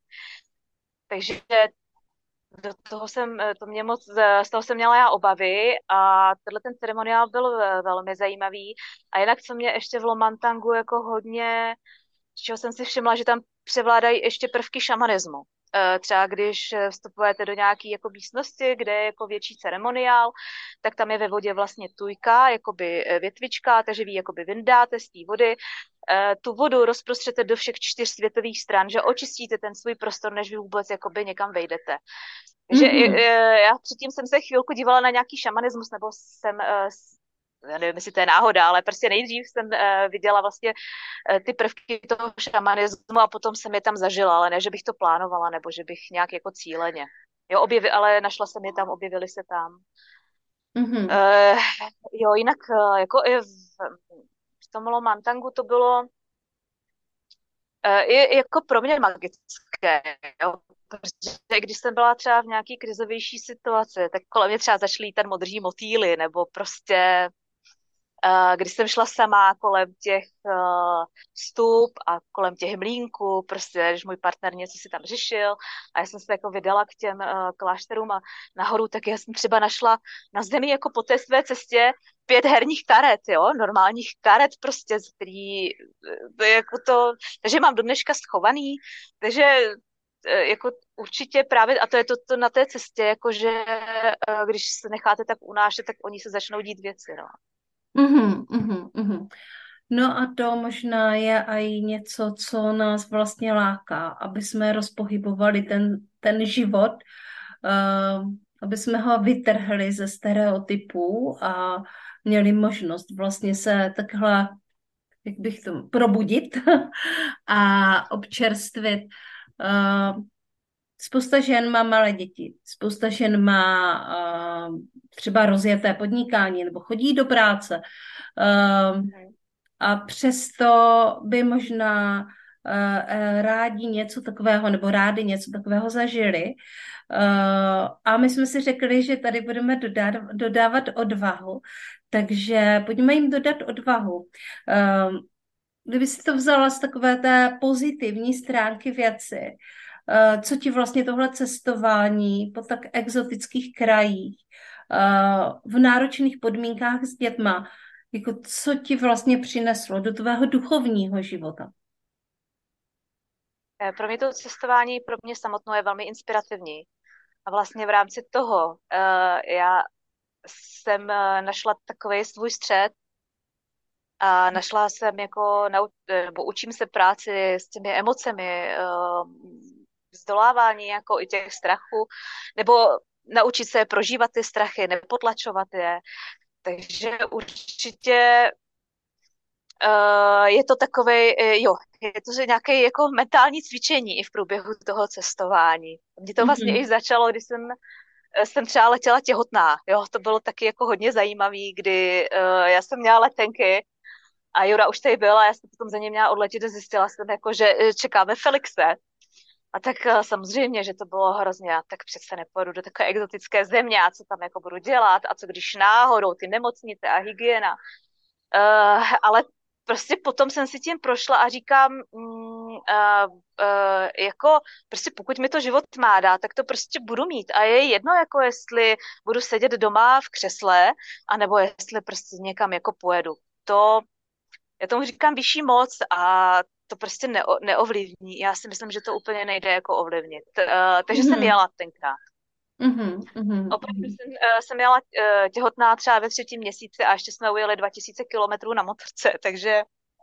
takže do toho jsem, to mě moc, z toho jsem měla já obavy a tenhle ten ceremoniál byl velmi zajímavý. A jinak, co mě ještě v Lomantangu jako hodně, z čeho jsem si všimla, že tam převládají ještě prvky šamanismu. Eh, Třeba když vstupujete do nějaké jako místnosti, kde je jako větší ceremoniál, tak tam je ve vodě vlastně tujka, jakoby větvička, takže vy jakoby vyndáte z té vody, eh, tu vodu rozprostřete do všech čtyř světových stran, že očistíte ten svůj prostor, než vy vůbec jakoby někam vejdete. Takže Mhm. eh, já předtím jsem se chvilku dívala na nějaký šamanismus, nebo jsem, eh, s- já nevím, jestli to je náhoda, ale prostě nejdřív jsem eh, viděla vlastně eh, ty prvky toho šamanismu a potom jsem je tam zažila, ale ne, že bych to plánovala, nebo že bych nějak jako cíleně. Jo, objevi, ale našla jsem je tam, objevily se tam. Mhm. Eh, jo, jinak eh, jako i v, v tom Lomantangu to bylo eh, i jako pro mě magické, jo. Protože když jsem byla třeba v nějaký krizovější situaci, tak kolem mě třeba začaly lítat modří motýly, nebo prostě uh, když jsem šla sama kolem těch uh, stup a kolem těch mlýnků, prostě, když můj partner něco si tam řešil a já jsem se jako vydala k těm uh, klášterům a nahoru, tak já jsem třeba našla na zemi jako po té své cestě pět herních karet, jo, normálních karet prostě, z který, to je jako to, takže mám do dneška schovaný, takže e, jako určitě právě, a to je to, to na té cestě, jakože e, když se necháte tak unášet, tak oni se začnou dít věci, no. Mhm, mhm, mhm. No a to možná je i něco, co nás vlastně láká, aby jsme rozpohybovali ten, ten život, uh, aby jsme ho vytrhli ze stereotypů a měli možnost vlastně se takhle, jak bych to, probudit a občerstvit. Uh, Spousta žen má malé děti, spousta žen má uh, třeba rozjeté podnikání nebo chodí do práce. Uh, a přesto by možná uh, rádi něco takového nebo rádi něco takového zažili. Uh, a my jsme si řekli, že tady budeme dodávat, dodávat odvahu, takže pojďme jim dodat odvahu. Uh, kdyby si to vzala z takové té pozitivní stránky věci, uh, co ti vlastně tohle cestování po tak exotických krajích, uh, v náročných podmínkách s dětma, jako co ti vlastně přineslo do tvého duchovního života? Pro mě to cestování pro mě samotnou je velmi inspirativní. A vlastně v rámci toho uh, já jsem uh, našla takový svůj střed a našla jsem jako, nau, nebo učím se práci s těmi emocemi, uh, zdolávání jako i těch strachů, nebo naučit se prožívat ty strachy, nepotlačovat je. Takže určitě uh, je to takovej, jo, je to nějaké jako mentální cvičení i v průběhu toho cestování. Mně to vlastně mm-hmm. i začalo, když jsem, jsem třeba letěla těhotná. Jo, to bylo taky jako hodně zajímavý, kdy uh, já jsem měla letenky a Jura už tady byl a já jsem potom za ně měla odletět a zjistila jsem, jako, že čekáme Felixe. A tak uh, samozřejmě, že to bylo hrozně, a tak přece nepojedu do takové exotické země a co tam jako budu dělat a co když náhodou ty nemocnice a hygiena. Uh, ale prostě potom jsem si tím prošla a říkám, mm, uh, uh, jako prostě pokud mi to život má dát, tak to prostě budu mít. A je jedno, jako jestli budu sedět doma v křesle, anebo jestli prostě někam jako pojedu. To, já tomu říkám vyšší moc a to prostě neo, neovlivní. Já si myslím, že to úplně nejde jako ovlivnit. Uh, takže mm-hmm. jsem jela tenkrát. Mm-hmm, mm-hmm. Opravdu jsem, uh, jsem jela uh, těhotná třeba ve třetím měsíci a ještě jsme ujeli dva tisíce kilometrů na motorce, takže...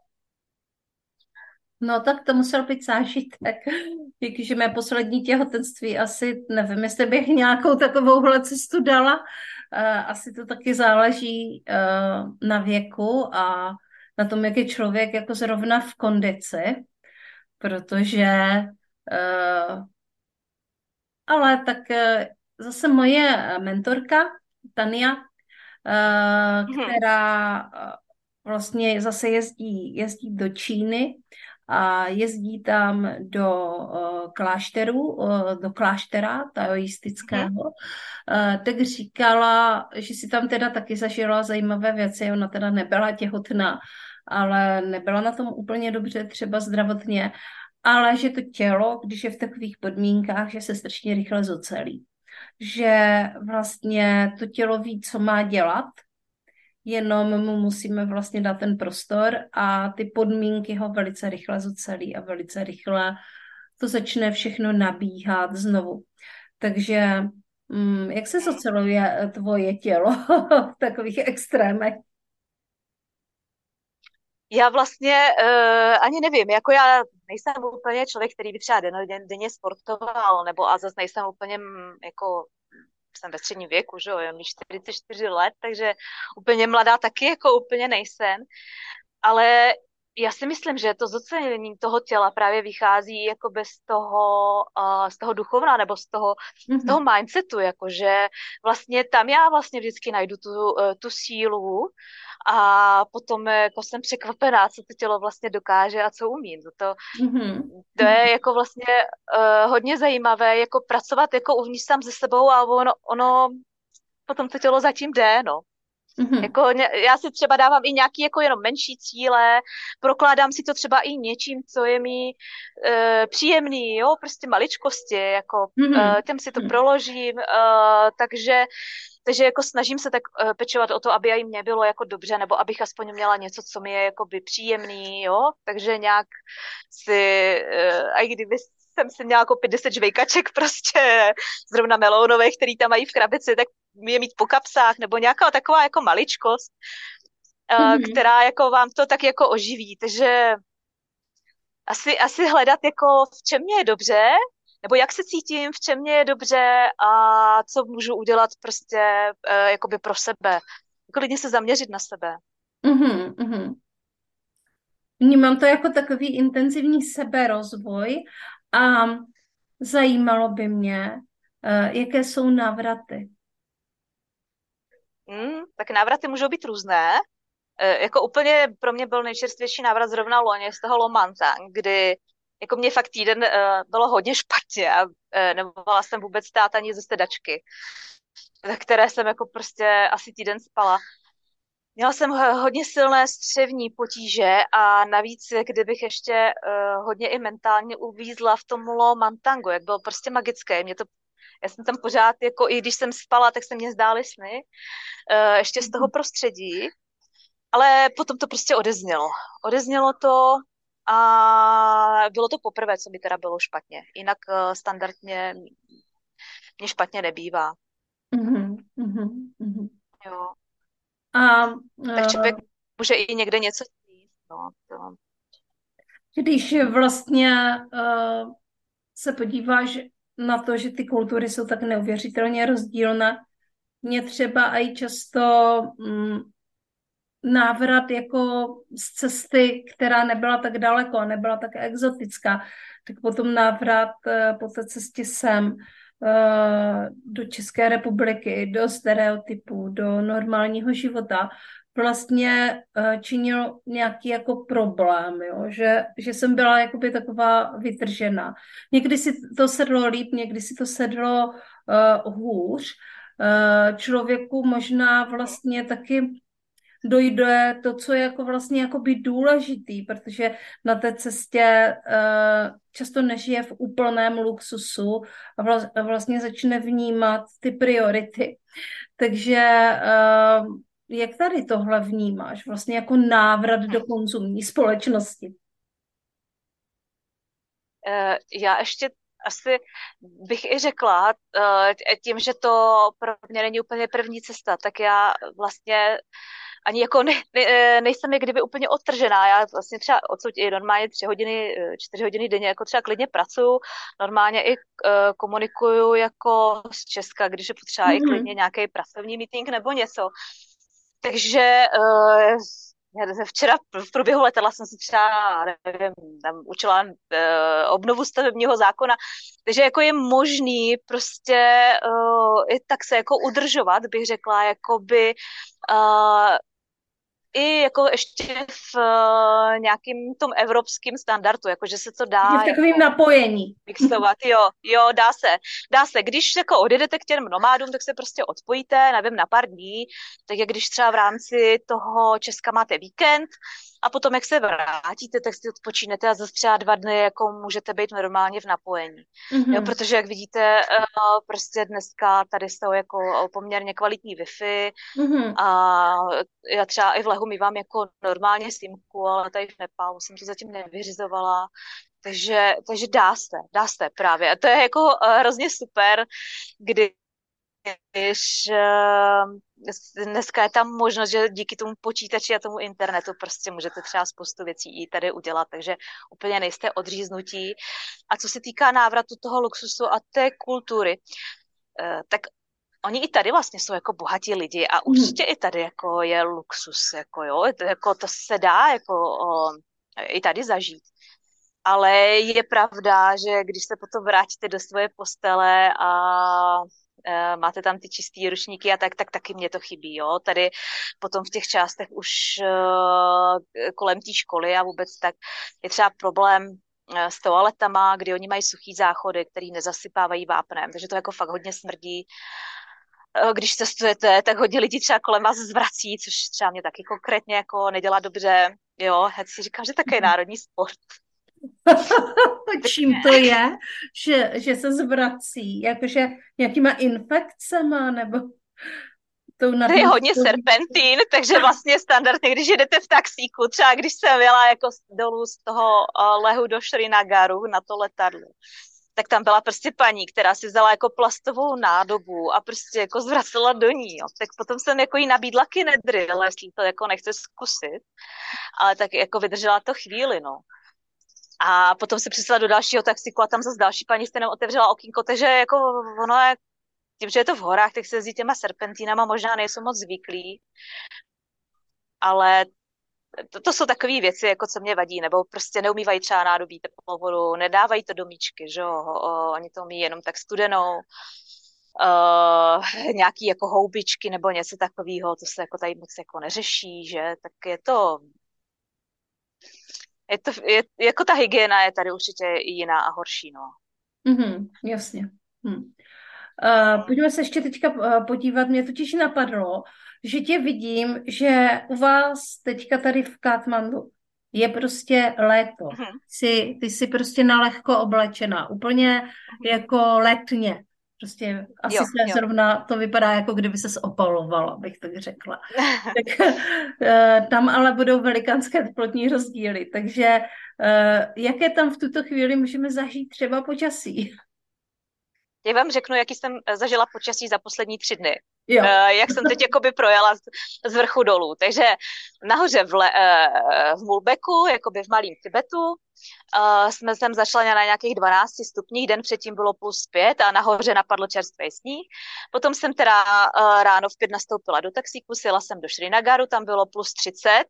No tak to musel být zážitek. Díky, mé poslední těhotenství asi, nevím, jestli bych nějakou takovouhle cestu dala. Uh, asi to taky záleží uh, na věku a na tom, jak je člověk jako zrovna v kondici, protože uh, ale tak uh, zase moje mentorka Tania, uh, která uh, vlastně zase jezdí, jezdí do Číny a jezdí tam do uh, klášteru, uh, do kláštera taoistického, uh, tak říkala, že si tam teda taky zažila zajímavé věci. Ona teda nebyla těhotná, ale nebyla na tom úplně dobře, třeba zdravotně, ale že to tělo, když je v takových podmínkách, že se strašně rychle zocelí. Že vlastně to tělo ví, co má dělat, jenom mu musíme vlastně dát ten prostor a ty podmínky ho velice rychle zocelí a velice rychle to začne všechno nabíhat znovu. Takže mm, jak se zoceluje tvoje tělo v takových extrémech? Já vlastně uh, ani nevím, jako já nejsem úplně člověk, který by třeba den, denně sportoval, nebo a zase nejsem úplně jako jsem ve středním věku, že jo, je mi čtyřicet čtyři let, takže úplně mladá taky jako úplně nejsem, ale já si myslím, že to zocenění toho těla právě vychází jako bez toho, uh, z toho duchovna nebo z toho, mm-hmm. z toho mindsetu, jakože vlastně tam já vlastně vždycky najdu tu, uh, tu sílu a potom jako jsem překvapená, co to tělo vlastně dokáže a co umí. To, mm-hmm. to je jako vlastně uh, hodně zajímavé, jako pracovat jako uvnitř sám se sebou a ono, ono potom to tělo zatím jde, no. Mhm. Jako, ně- já si třeba dávám i nějaký jako jenom menší cíle, prokládám si to třeba i něčím, co je mi e, příjemný, jo, prostě maličkosti, jako Mhm. e, těm si to Mhm. proložím, e, takže, takže jako snažím se tak e, pečovat o to, aby i mně bylo jako dobře, nebo abych aspoň měla něco, co mi je jako by příjemný, jo, takže nějak si, e, a i kdyby jsem si měla koupit deset žvejkaček prostě zrovna melounových, který tam mají v krabici, tak je mít po kapsách, nebo nějaká taková jako maličkost, eh, Mhm. která jako vám to tak jako oživí. Takže asi, asi hledat jako v čem mě je dobře, nebo jak se cítím, v čem mě je dobře a co můžu udělat prostě eh, jakoby pro sebe. Klidně se zaměřit na sebe. Mhm. Mhm. Vnímám to jako takový intenzivní seberozvoj a zajímalo by mě, eh, jaké jsou návraty. Hmm, tak návraty můžou být různé. Eh, jako úplně pro mě byl nejčerstvější návrat zrovna loni z toho Lomantang, kdy jako mě fakt týden uh, bylo hodně špatně a uh, nemohla jsem vůbec stát ani ze sedačky, ze které jsem jako prostě asi týden spala. Měla jsem ho- hodně silné střevní potíže a navíc, kdybych ještě uh, hodně i mentálně uvízla v tom Lomantangu, jak byl prostě magické. Mě to, já jsem tam pořád, jako i když jsem spala, tak se mě zdály sny, uh, ještě z toho prostředí. Ale potom to prostě odeznělo. Odeznělo to a bylo to poprvé, co mi teda bylo špatně. Jinak uh, standardně mě špatně nebývá. Mhm. Mhm. Mhm. Jo. A Tak eh, člověk může i někde něco říct. No, to. když vlastně eh, se podíváš na to, že ty kultury jsou tak neuvěřitelně rozdílné, mě třeba i často mm, návrat jako z cesty, která nebyla tak daleko a nebyla tak exotická, tak potom návrat eh, po té cestě sem eh, do České republiky, do stereotypů, do normálního života, vlastně eh, činil nějaký jako problém, jo? Že, že jsem byla jakoby taková vytržená. Někdy si to sedlo líp, někdy si to sedlo uh, hůř. Uh, člověku možná vlastně taky dojde to, co je jako vlastně jakoby důležitý, protože na té cestě uh, často nežije v úplném luxusu a vla, a vlastně začne vnímat ty priority. Takže uh, jak tady tohle vnímáš? Vlastně jako návrat do konzumní společnosti. Uh, já ještě asi bych i řekla, uh, tím, že to pro mě není úplně první cesta, tak já vlastně ani jako ne, ne, nejsem jak kdyby úplně odtržená. Já vlastně třeba odsud i normálně tři hodiny, čtyři hodiny denně jako třeba klidně pracuju, normálně i uh, komunikuju jako z Česka, když je potřeba i klidně Mm-hmm. nějaký pracovní meeting nebo něco. Takže uh, já včera v průběhu letadla jsem si třeba, nevím, tam učila uh, obnovu stavebního zákona, takže jako je možný prostě uh, i tak se jako udržovat, bych řekla, jakoby uh, i jako ještě v uh, nějakým tom evropském standardu, jako že se to Je dá v takovém jako napojení. mixovat, jo, jo, dá se, dá se. Když jako odjedete k těm nomádům, tak se prostě odpojíte, nevím, na pár dní, tak jak když třeba v rámci toho Česka máte víkend a potom, jak se vrátíte, tak si odpočínete a zase třeba dva dny jako můžete být normálně v napojení. Jo, Mm-hmm. protože jak vidíte, prostě dneska tady jsou jako poměrně kvalitní Wi-Fi Mm-hmm. a já třeba i v Lehu mívám jako normálně simku, ale tady v Nepálu jsem to zatím nevyřizovala. Takže, takže dá se, dá se právě. A to je jako uh, hrozně super, když uh, dneska je tam možnost, že díky tomu počítači a tomu internetu prostě můžete třeba spoustu věcí i tady udělat, takže úplně nejste odříznutí. A co se týká návratu toho luxusu a té kultury, uh, tak oni i tady vlastně jsou jako bohatí lidi a určitě i tady jako je luxus, jako jo, jako to se dá jako o, i tady zažít. Ale je pravda, že když se potom vrátíte do svoje postele a e, máte tam ty čistý ručníky a tak, tak taky mě to chybí, jo. Tady potom v těch částech už e, kolem té školy a vůbec tak je třeba problém e, s toaletama, kdy oni mají suchý záchody, který nezasypávají vápnem, takže to jako fakt hodně smrdí. eh, když cestujete, tak hodně lidí třeba kolem vás zvrací, což třeba mě taky konkrétně jako nedělá dobře. Jo, hned si říkám, že také je národní sport. Čím to je, že, že se zvrací? Jakože nějakýma infekcema nebo tou To je hodně nadmořskou... serpentín, takže vlastně standardně, když jedete v taxíku, třeba když jsem jela jako dolů z toho uh, lehu do Srinagaru na to letadlo, tak tam byla prostě paní, která si vzala jako plastovou nádobu a prostě jako zvracela do ní, jo. Tak potom jsem jako jí nabídla kinedryl, jestli to jako nechce zkusit, ale tak jako vydržela to chvíli, no. A potom se přišla do dalšího taxiku a tam zase další paní stejnou otevřela okýnko, takže jako ono je, tím, že je to v horách, tak se jezdí těma serpentínama, možná nejsou moc zvyklí, ale to, to jsou takové věci, jako co mě vadí, nebo prostě neumývají třeba nádobí teplou vodu, nedávají to do míčky, že jo, o, oni to umí jenom tak studenou, uh, nějaký jako houbičky nebo něco takového, to se jako tady moc jako neřeší, že, tak je to, je to, je, jako ta hygiena je tady určitě jiná a horší, no. Mhm, jasně. Hm. Uh, pojďme se ještě teďka uh, podívat, mě totiž napadlo, že tě vidím, že u vás teďka tady v Katmandu je prostě léto. Mhm. Jsi, ty jsi prostě nalehko oblečená, úplně jako letně. Prostě asi Jo, se jo. zrovna to vypadá, jako kdyby ses opalovala, bych tak řekla. Tak uh, tam ale budou velikánské teplotní rozdíly, takže uh, jaké tam v tuto chvíli můžeme zažít třeba počasí? Já vám řeknu, jaký jsem zažila počasí za poslední tři dny. Jo. Uh, jak jsem teď jakoby projela z, z vrchu dolů. Takže nahoře v, le, uh, v Mulbeku, jakoby v malém Tibetu, uh, jsme tam začala na nějakých dvanácti stupních, den předtím bylo plus pět a nahoře napadl čerstvý sníh. Potom jsem teda uh, ráno v pět nastoupila do taxíku, sjela jsem do Srinagaru, tam bylo plus třicet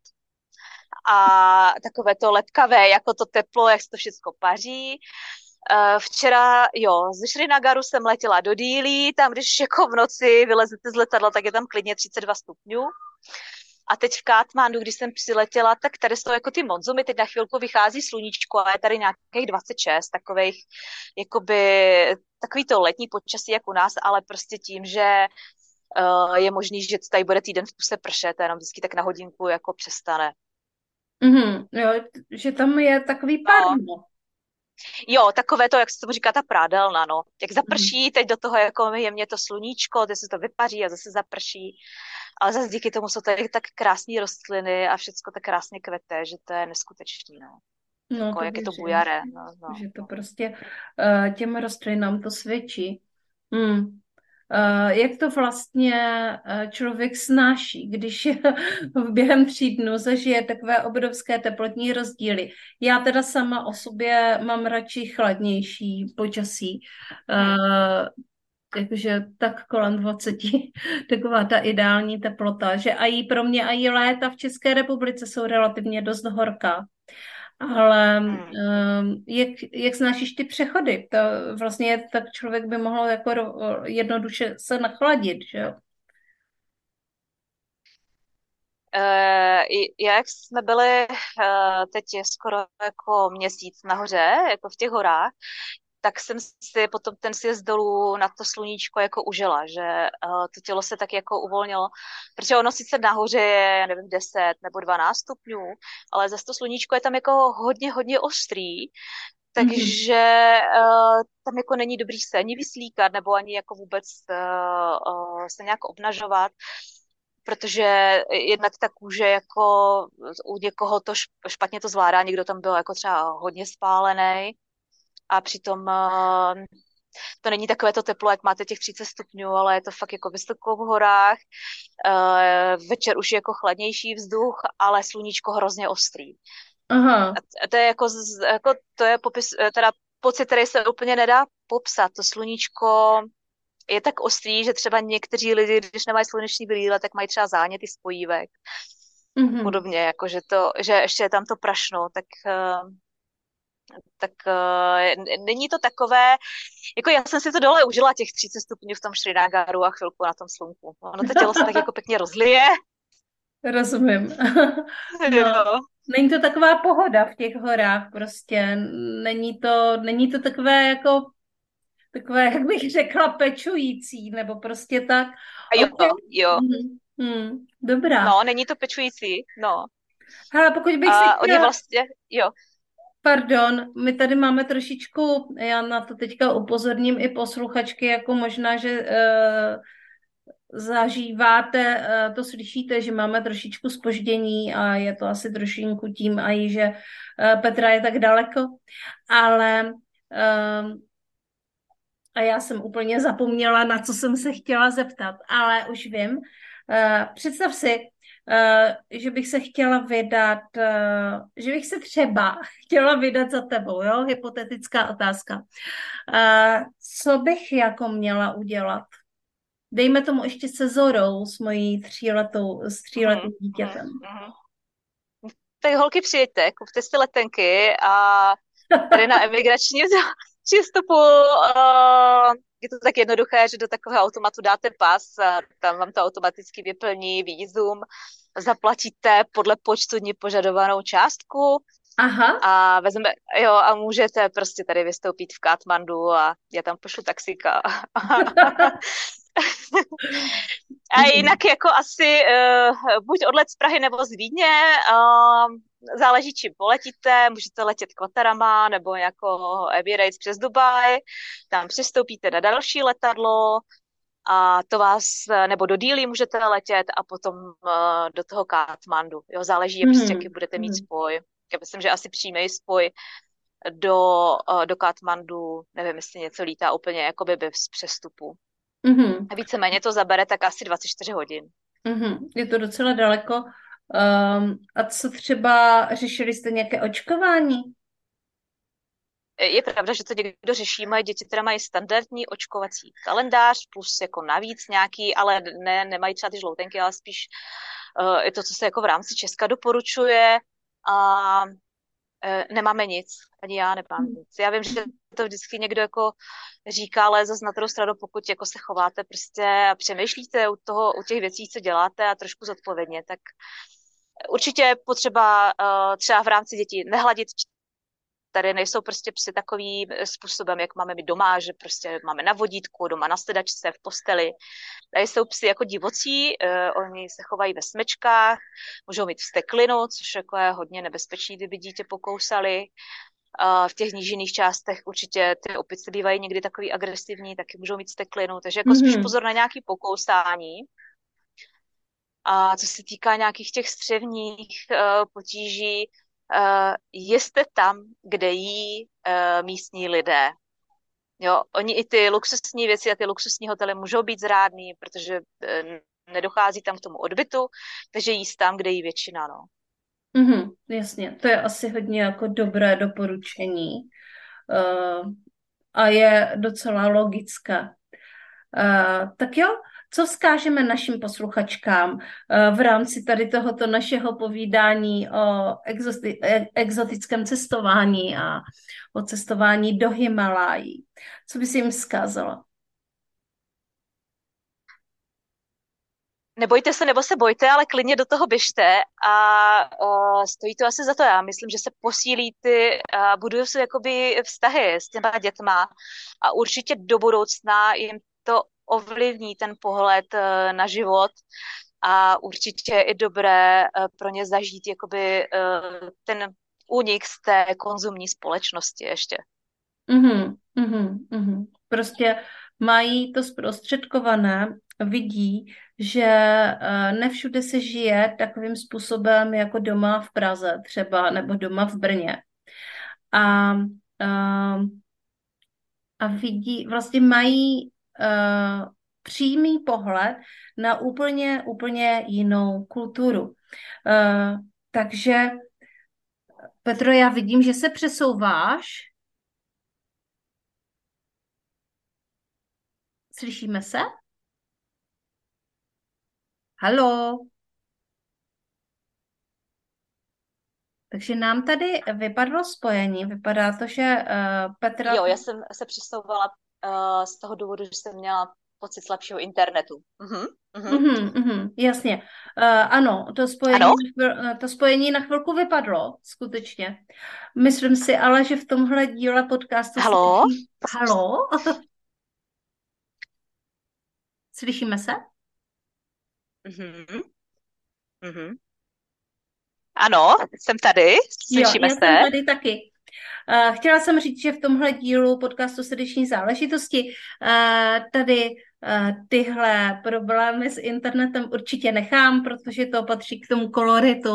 a takové to lepkavé, jako to teplo, jak se to všechno paří. Uh, včera, jo, ze Srinagaru jsem letěla do Dílí, tam když jako v noci vylezete z letadla, tak je tam klidně třicet dva stupňů. A teď v Katmandu, když jsem přiletěla, tak tady jsou jako ty monzumy, teď na chvilku vychází sluníčko a je tady nějakých dvacet šest takových, jakoby, takový to letní počasí, jak u nás, ale prostě tím, že uh, je možný, že tady bude týden v kuse pršet, jenom vždycky tak na hodinku jako přestane. Mm-hmm, jo, že tam je takový pár, no. Jo, takové to, jak se tomu říká, ta prádelna, no. Jak zaprší, teď do toho jako jemně to sluníčko, teď se to vypaří a zase zaprší. Ale zase díky tomu jsou tady tak krásné rostliny a všecko tak krásně kvete, že to je neskutečný, no. No, jako, to jak je to věřím, bujare. No, no. že to prostě uh, těm rostlinám to svědčí. Hmm. Uh, jak to vlastně uh, člověk snáší, když v během tří dnů zažije takové obrovské teplotní rozdíly. Já teda sama o sobě mám radši chladnější počasí, uh, takže tak kolem dvacet, taková ta ideální teplota, že i pro mě i léta v České republice jsou relativně dost horká. Ale um, jak, jak snášíš ty přechody? To vlastně tak člověk by mohl jako jednoduše se nachladit, že jo? Uh, jak jsme byli uh, teď je skoro jako měsíc nahoře, jako v těch horách, tak jsem si potom ten sjezd dolů na to sluníčko jako užila, že uh, to tělo se tak jako uvolnilo, protože ono sice nahoře je, nevím, deset nebo dvanáct stupňů, ale zase to sluníčko je tam jako hodně, hodně ostrý, takže uh, tam jako není dobrý se ani vyslíkat, nebo ani jako vůbec uh, uh, se nějak obnažovat, protože jednak ta kůže jako u někoho to špatně to zvládá, někdo tam byl jako třeba hodně spálený, a přitom uh, to není takové to teplo, jak máte těch třicet stupňů, ale je to fakt jako vysoko v horách. Uh, večer už je jako chladnější vzduch, ale sluníčko hrozně ostrý. Aha. A to je jako, jako to je popis, teda pocit, který se úplně nedá popsat. To sluníčko je tak ostrý, že třeba někteří lidi, když nemají sluneční brýle, tak mají třeba záněty spojívek. Mm-hmm. Podobně, jako že, to, že ještě je tam to prašno, tak... Uh, tak uh, není to takové, jako já jsem si to dole užila těch třicet stupňů v tom Srinagaru a chvilku na tom slunku. Ono to tělo se tak jako pěkně rozlije. Rozumím. No, není to taková pohoda v těch horách prostě. Není to, není to takové jako takové, jak bych řekla, pečující, nebo prostě tak. A jo, Okay. jo. Mm, mm, dobrá. No, není to pečující, no. Hele, pokud bych se A chtěla... oni vlastně, jo. Pardon, my tady máme trošičku, já na to teďka upozorním i posluchačky, jako možná, že uh, zažíváte, uh, to slyšíte, že máme trošičku zpoždění a je to asi trošinku tím i, že uh, Petra je tak daleko, ale uh, a já jsem úplně zapomněla, na co jsem se chtěla zeptat, ale už vím. Uh, představ si, Uh, že bych se chtěla vydat, uh, že bych se třeba chtěla vydat za tebou, jo? Hypotetická otázka. Uh, co bych jako měla udělat? Dejme tomu ještě se Zorou, s mojí tříletou, s tříletým Mm-hmm. dítětem. Mm-hmm. Tak holky, přijďte, kupte si letenky a tady na emigračním přístupu uh, je to tak jednoduché, že do takového automatu dáte pas a tam vám to automaticky vyplní vízum, zaplatíte podle počtu dní požadovanou částku. Aha. A vezme, jo, a můžete prostě tady vystoupit v Katmandu a já tam pošlu taxíka. A jinak jako asi uh, buď odlet z Prahy nebo z Vídně, uh, záleží, čím poletíte, můžete letět Qatarama nebo jako Emirates přes Dubaj, tam přistoupíte na další letadlo a to vás, nebo do Díly můžete letět a potom uh, do toho Katmandu. Jo, záleží, mm. prostě, jaký budete mít spoj. Já myslím, že asi přímý spoj do, uh, do Katmandu, nevím, jestli něco lítá úplně jakoby bez přestupu. Mm-hmm. A víceméně to zabere tak asi dvacet čtyři hodin. Mm-hmm. Je to docela daleko. Um, a co třeba, řešili jste nějaké očkování? Je pravda, že to někdo řeší, moje děti teda mají standardní očkovací kalendář, plus jako navíc nějaký, ale ne, nemají třeba ty žloutenky, ale spíš uh, je to, co se jako v rámci Česka doporučuje a uh, nemáme nic, ani já nemám nic. Já vím, že to vždycky někdo jako říká, ale zase na druhou stranu, pokud jako se chováte prostě a přemýšlíte u toho, u těch věcí, co děláte a trošku zodpovědně, tak určitě potřeba uh, třeba v rámci dětí nehladit. Tady nejsou prostě psy takovým způsobem, jak máme my doma, že prostě máme na vodítku, doma na sedačce, v posteli. Tady jsou psy jako divocí, uh, oni se chovají ve smečkách, můžou mít vsteklinu, což jako je hodně nebezpečný, kdyby dítě pokousali. Uh, v těch nížinných částech určitě ty opice bývají někdy takový agresivní, taky můžou mít vsteklinu, takže jako mm-hmm. spíš pozor na nějaký pokousání. A co se týká nějakých těch střevních uh, potíží, Uh, jste tam, kde jí uh, místní lidé. Jo, oni i ty luxusní věci a ty luxusní hotely můžou být zrádný, protože uh, nedochází tam k tomu odbytu, takže jíst tam, kde jí většina, no. Mm-hmm, jasně, to je asi hodně jako dobré doporučení uh, a je docela logické. Uh, tak jo, co vzkážeme našim posluchačkám uh, v rámci tady tohoto našeho povídání o exoti- exotickém cestování a o cestování do Himalájí? Co by si jim vzkázala? Nebojte se, nebo se bojte, ale klidně do toho běžte a uh, stojí to asi za to. Já myslím, že se posílí ty, uh, budují se jakoby vztahy s těma dětma a určitě do budoucna jim to ovlivní ten pohled uh, na život a určitě je dobré uh, pro ně zažít jakoby uh, ten únik z té konzumní společnosti ještě. Mm-hmm, mm-hmm, mm-hmm. Prostě mají to zprostředkované, vidí, že uh, nevšude se žije takovým způsobem jako doma v Praze třeba, nebo doma v Brně. A, uh, a vidí, vlastně mají uh, přímý pohled na úplně, úplně jinou kulturu. Uh, takže Petro, já vidím, že se přesouváš. Slyšíme se? Haló? Takže nám tady vypadlo spojení. Vypadá to, že uh, Petra... Jo, já jsem se přesouvala uh, z toho důvodu, že jsem měla pocit slabšího internetu. Uh-huh, uh-huh. Uh-huh, uh-huh, jasně. Uh, ano, to spojení, ano? to spojení na chvilku vypadlo, skutečně. Myslím si ale, že v tomhle díle podcastu... Haló? Si... Haló? Slyšíme se? Mm-hmm. Mm-hmm. Ano, jsem tady, slyšíme jo, se. Jo, já jsem tady taky. Uh, chtěla jsem říct, že v tomhle dílu podcastu Srdeční záležitosti uh, tady uh, tyhle problémy s internetem určitě nechám, protože to patří k tomu koloritu.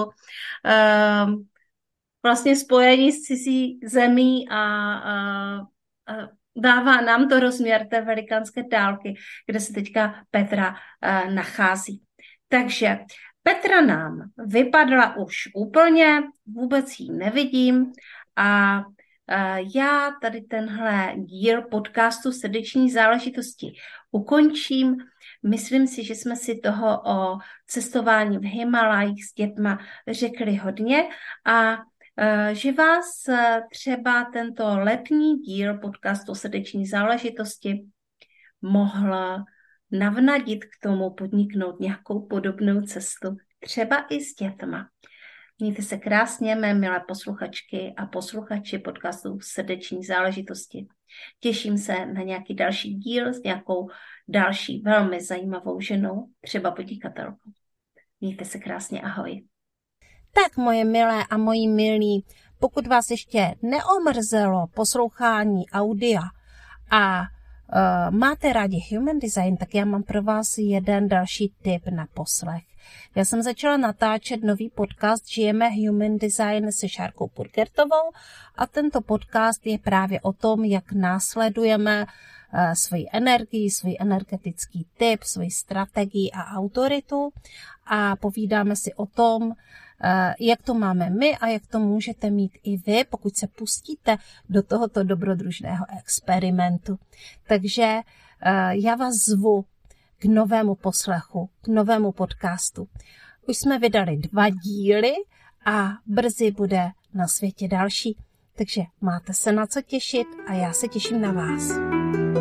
Uh, vlastně spojení s cizí zemí a, a, a dává nám to rozměr té velikánské dálky, kde se teďka Petra uh, nachází. Takže Petra nám vypadla už úplně, vůbec ji nevidím a uh, já tady tenhle díl podcastu Srdeční záležitosti ukončím. Myslím si, že jsme si toho o cestování v Himalajích s dětma řekli hodně a že vás třeba tento letní díl podcastu Srdeční záležitosti mohl navnadit k tomu podniknout nějakou podobnou cestu, třeba i s dětma. Mějte se krásně, mé milé posluchačky a posluchači podcastu Srdeční záležitosti. Těším se na nějaký další díl s nějakou další velmi zajímavou ženou, třeba podnikatelkou. Mějte se krásně, ahoj. Tak, moje milé a moji milí, pokud vás ještě neomrzelo poslouchání audia a uh, máte rádi Human Design, tak já mám pro vás jeden další tip na poslech. Já jsem začala natáčet nový podcast Žijeme Human Design se Šárkou Purgertovou a tento podcast je právě o tom, jak následujeme uh, svoji energii, svůj energetický typ, svoji strategii a autoritu a povídáme si o tom, jak to máme my a jak to můžete mít i vy, pokud se pustíte do tohoto dobrodružného experimentu. Takže já vás zvu k novému poslechu, k novému podcastu. Už jsme vydali dva díly a brzy bude na světě další. Takže máte se na co těšit a já se těším na vás.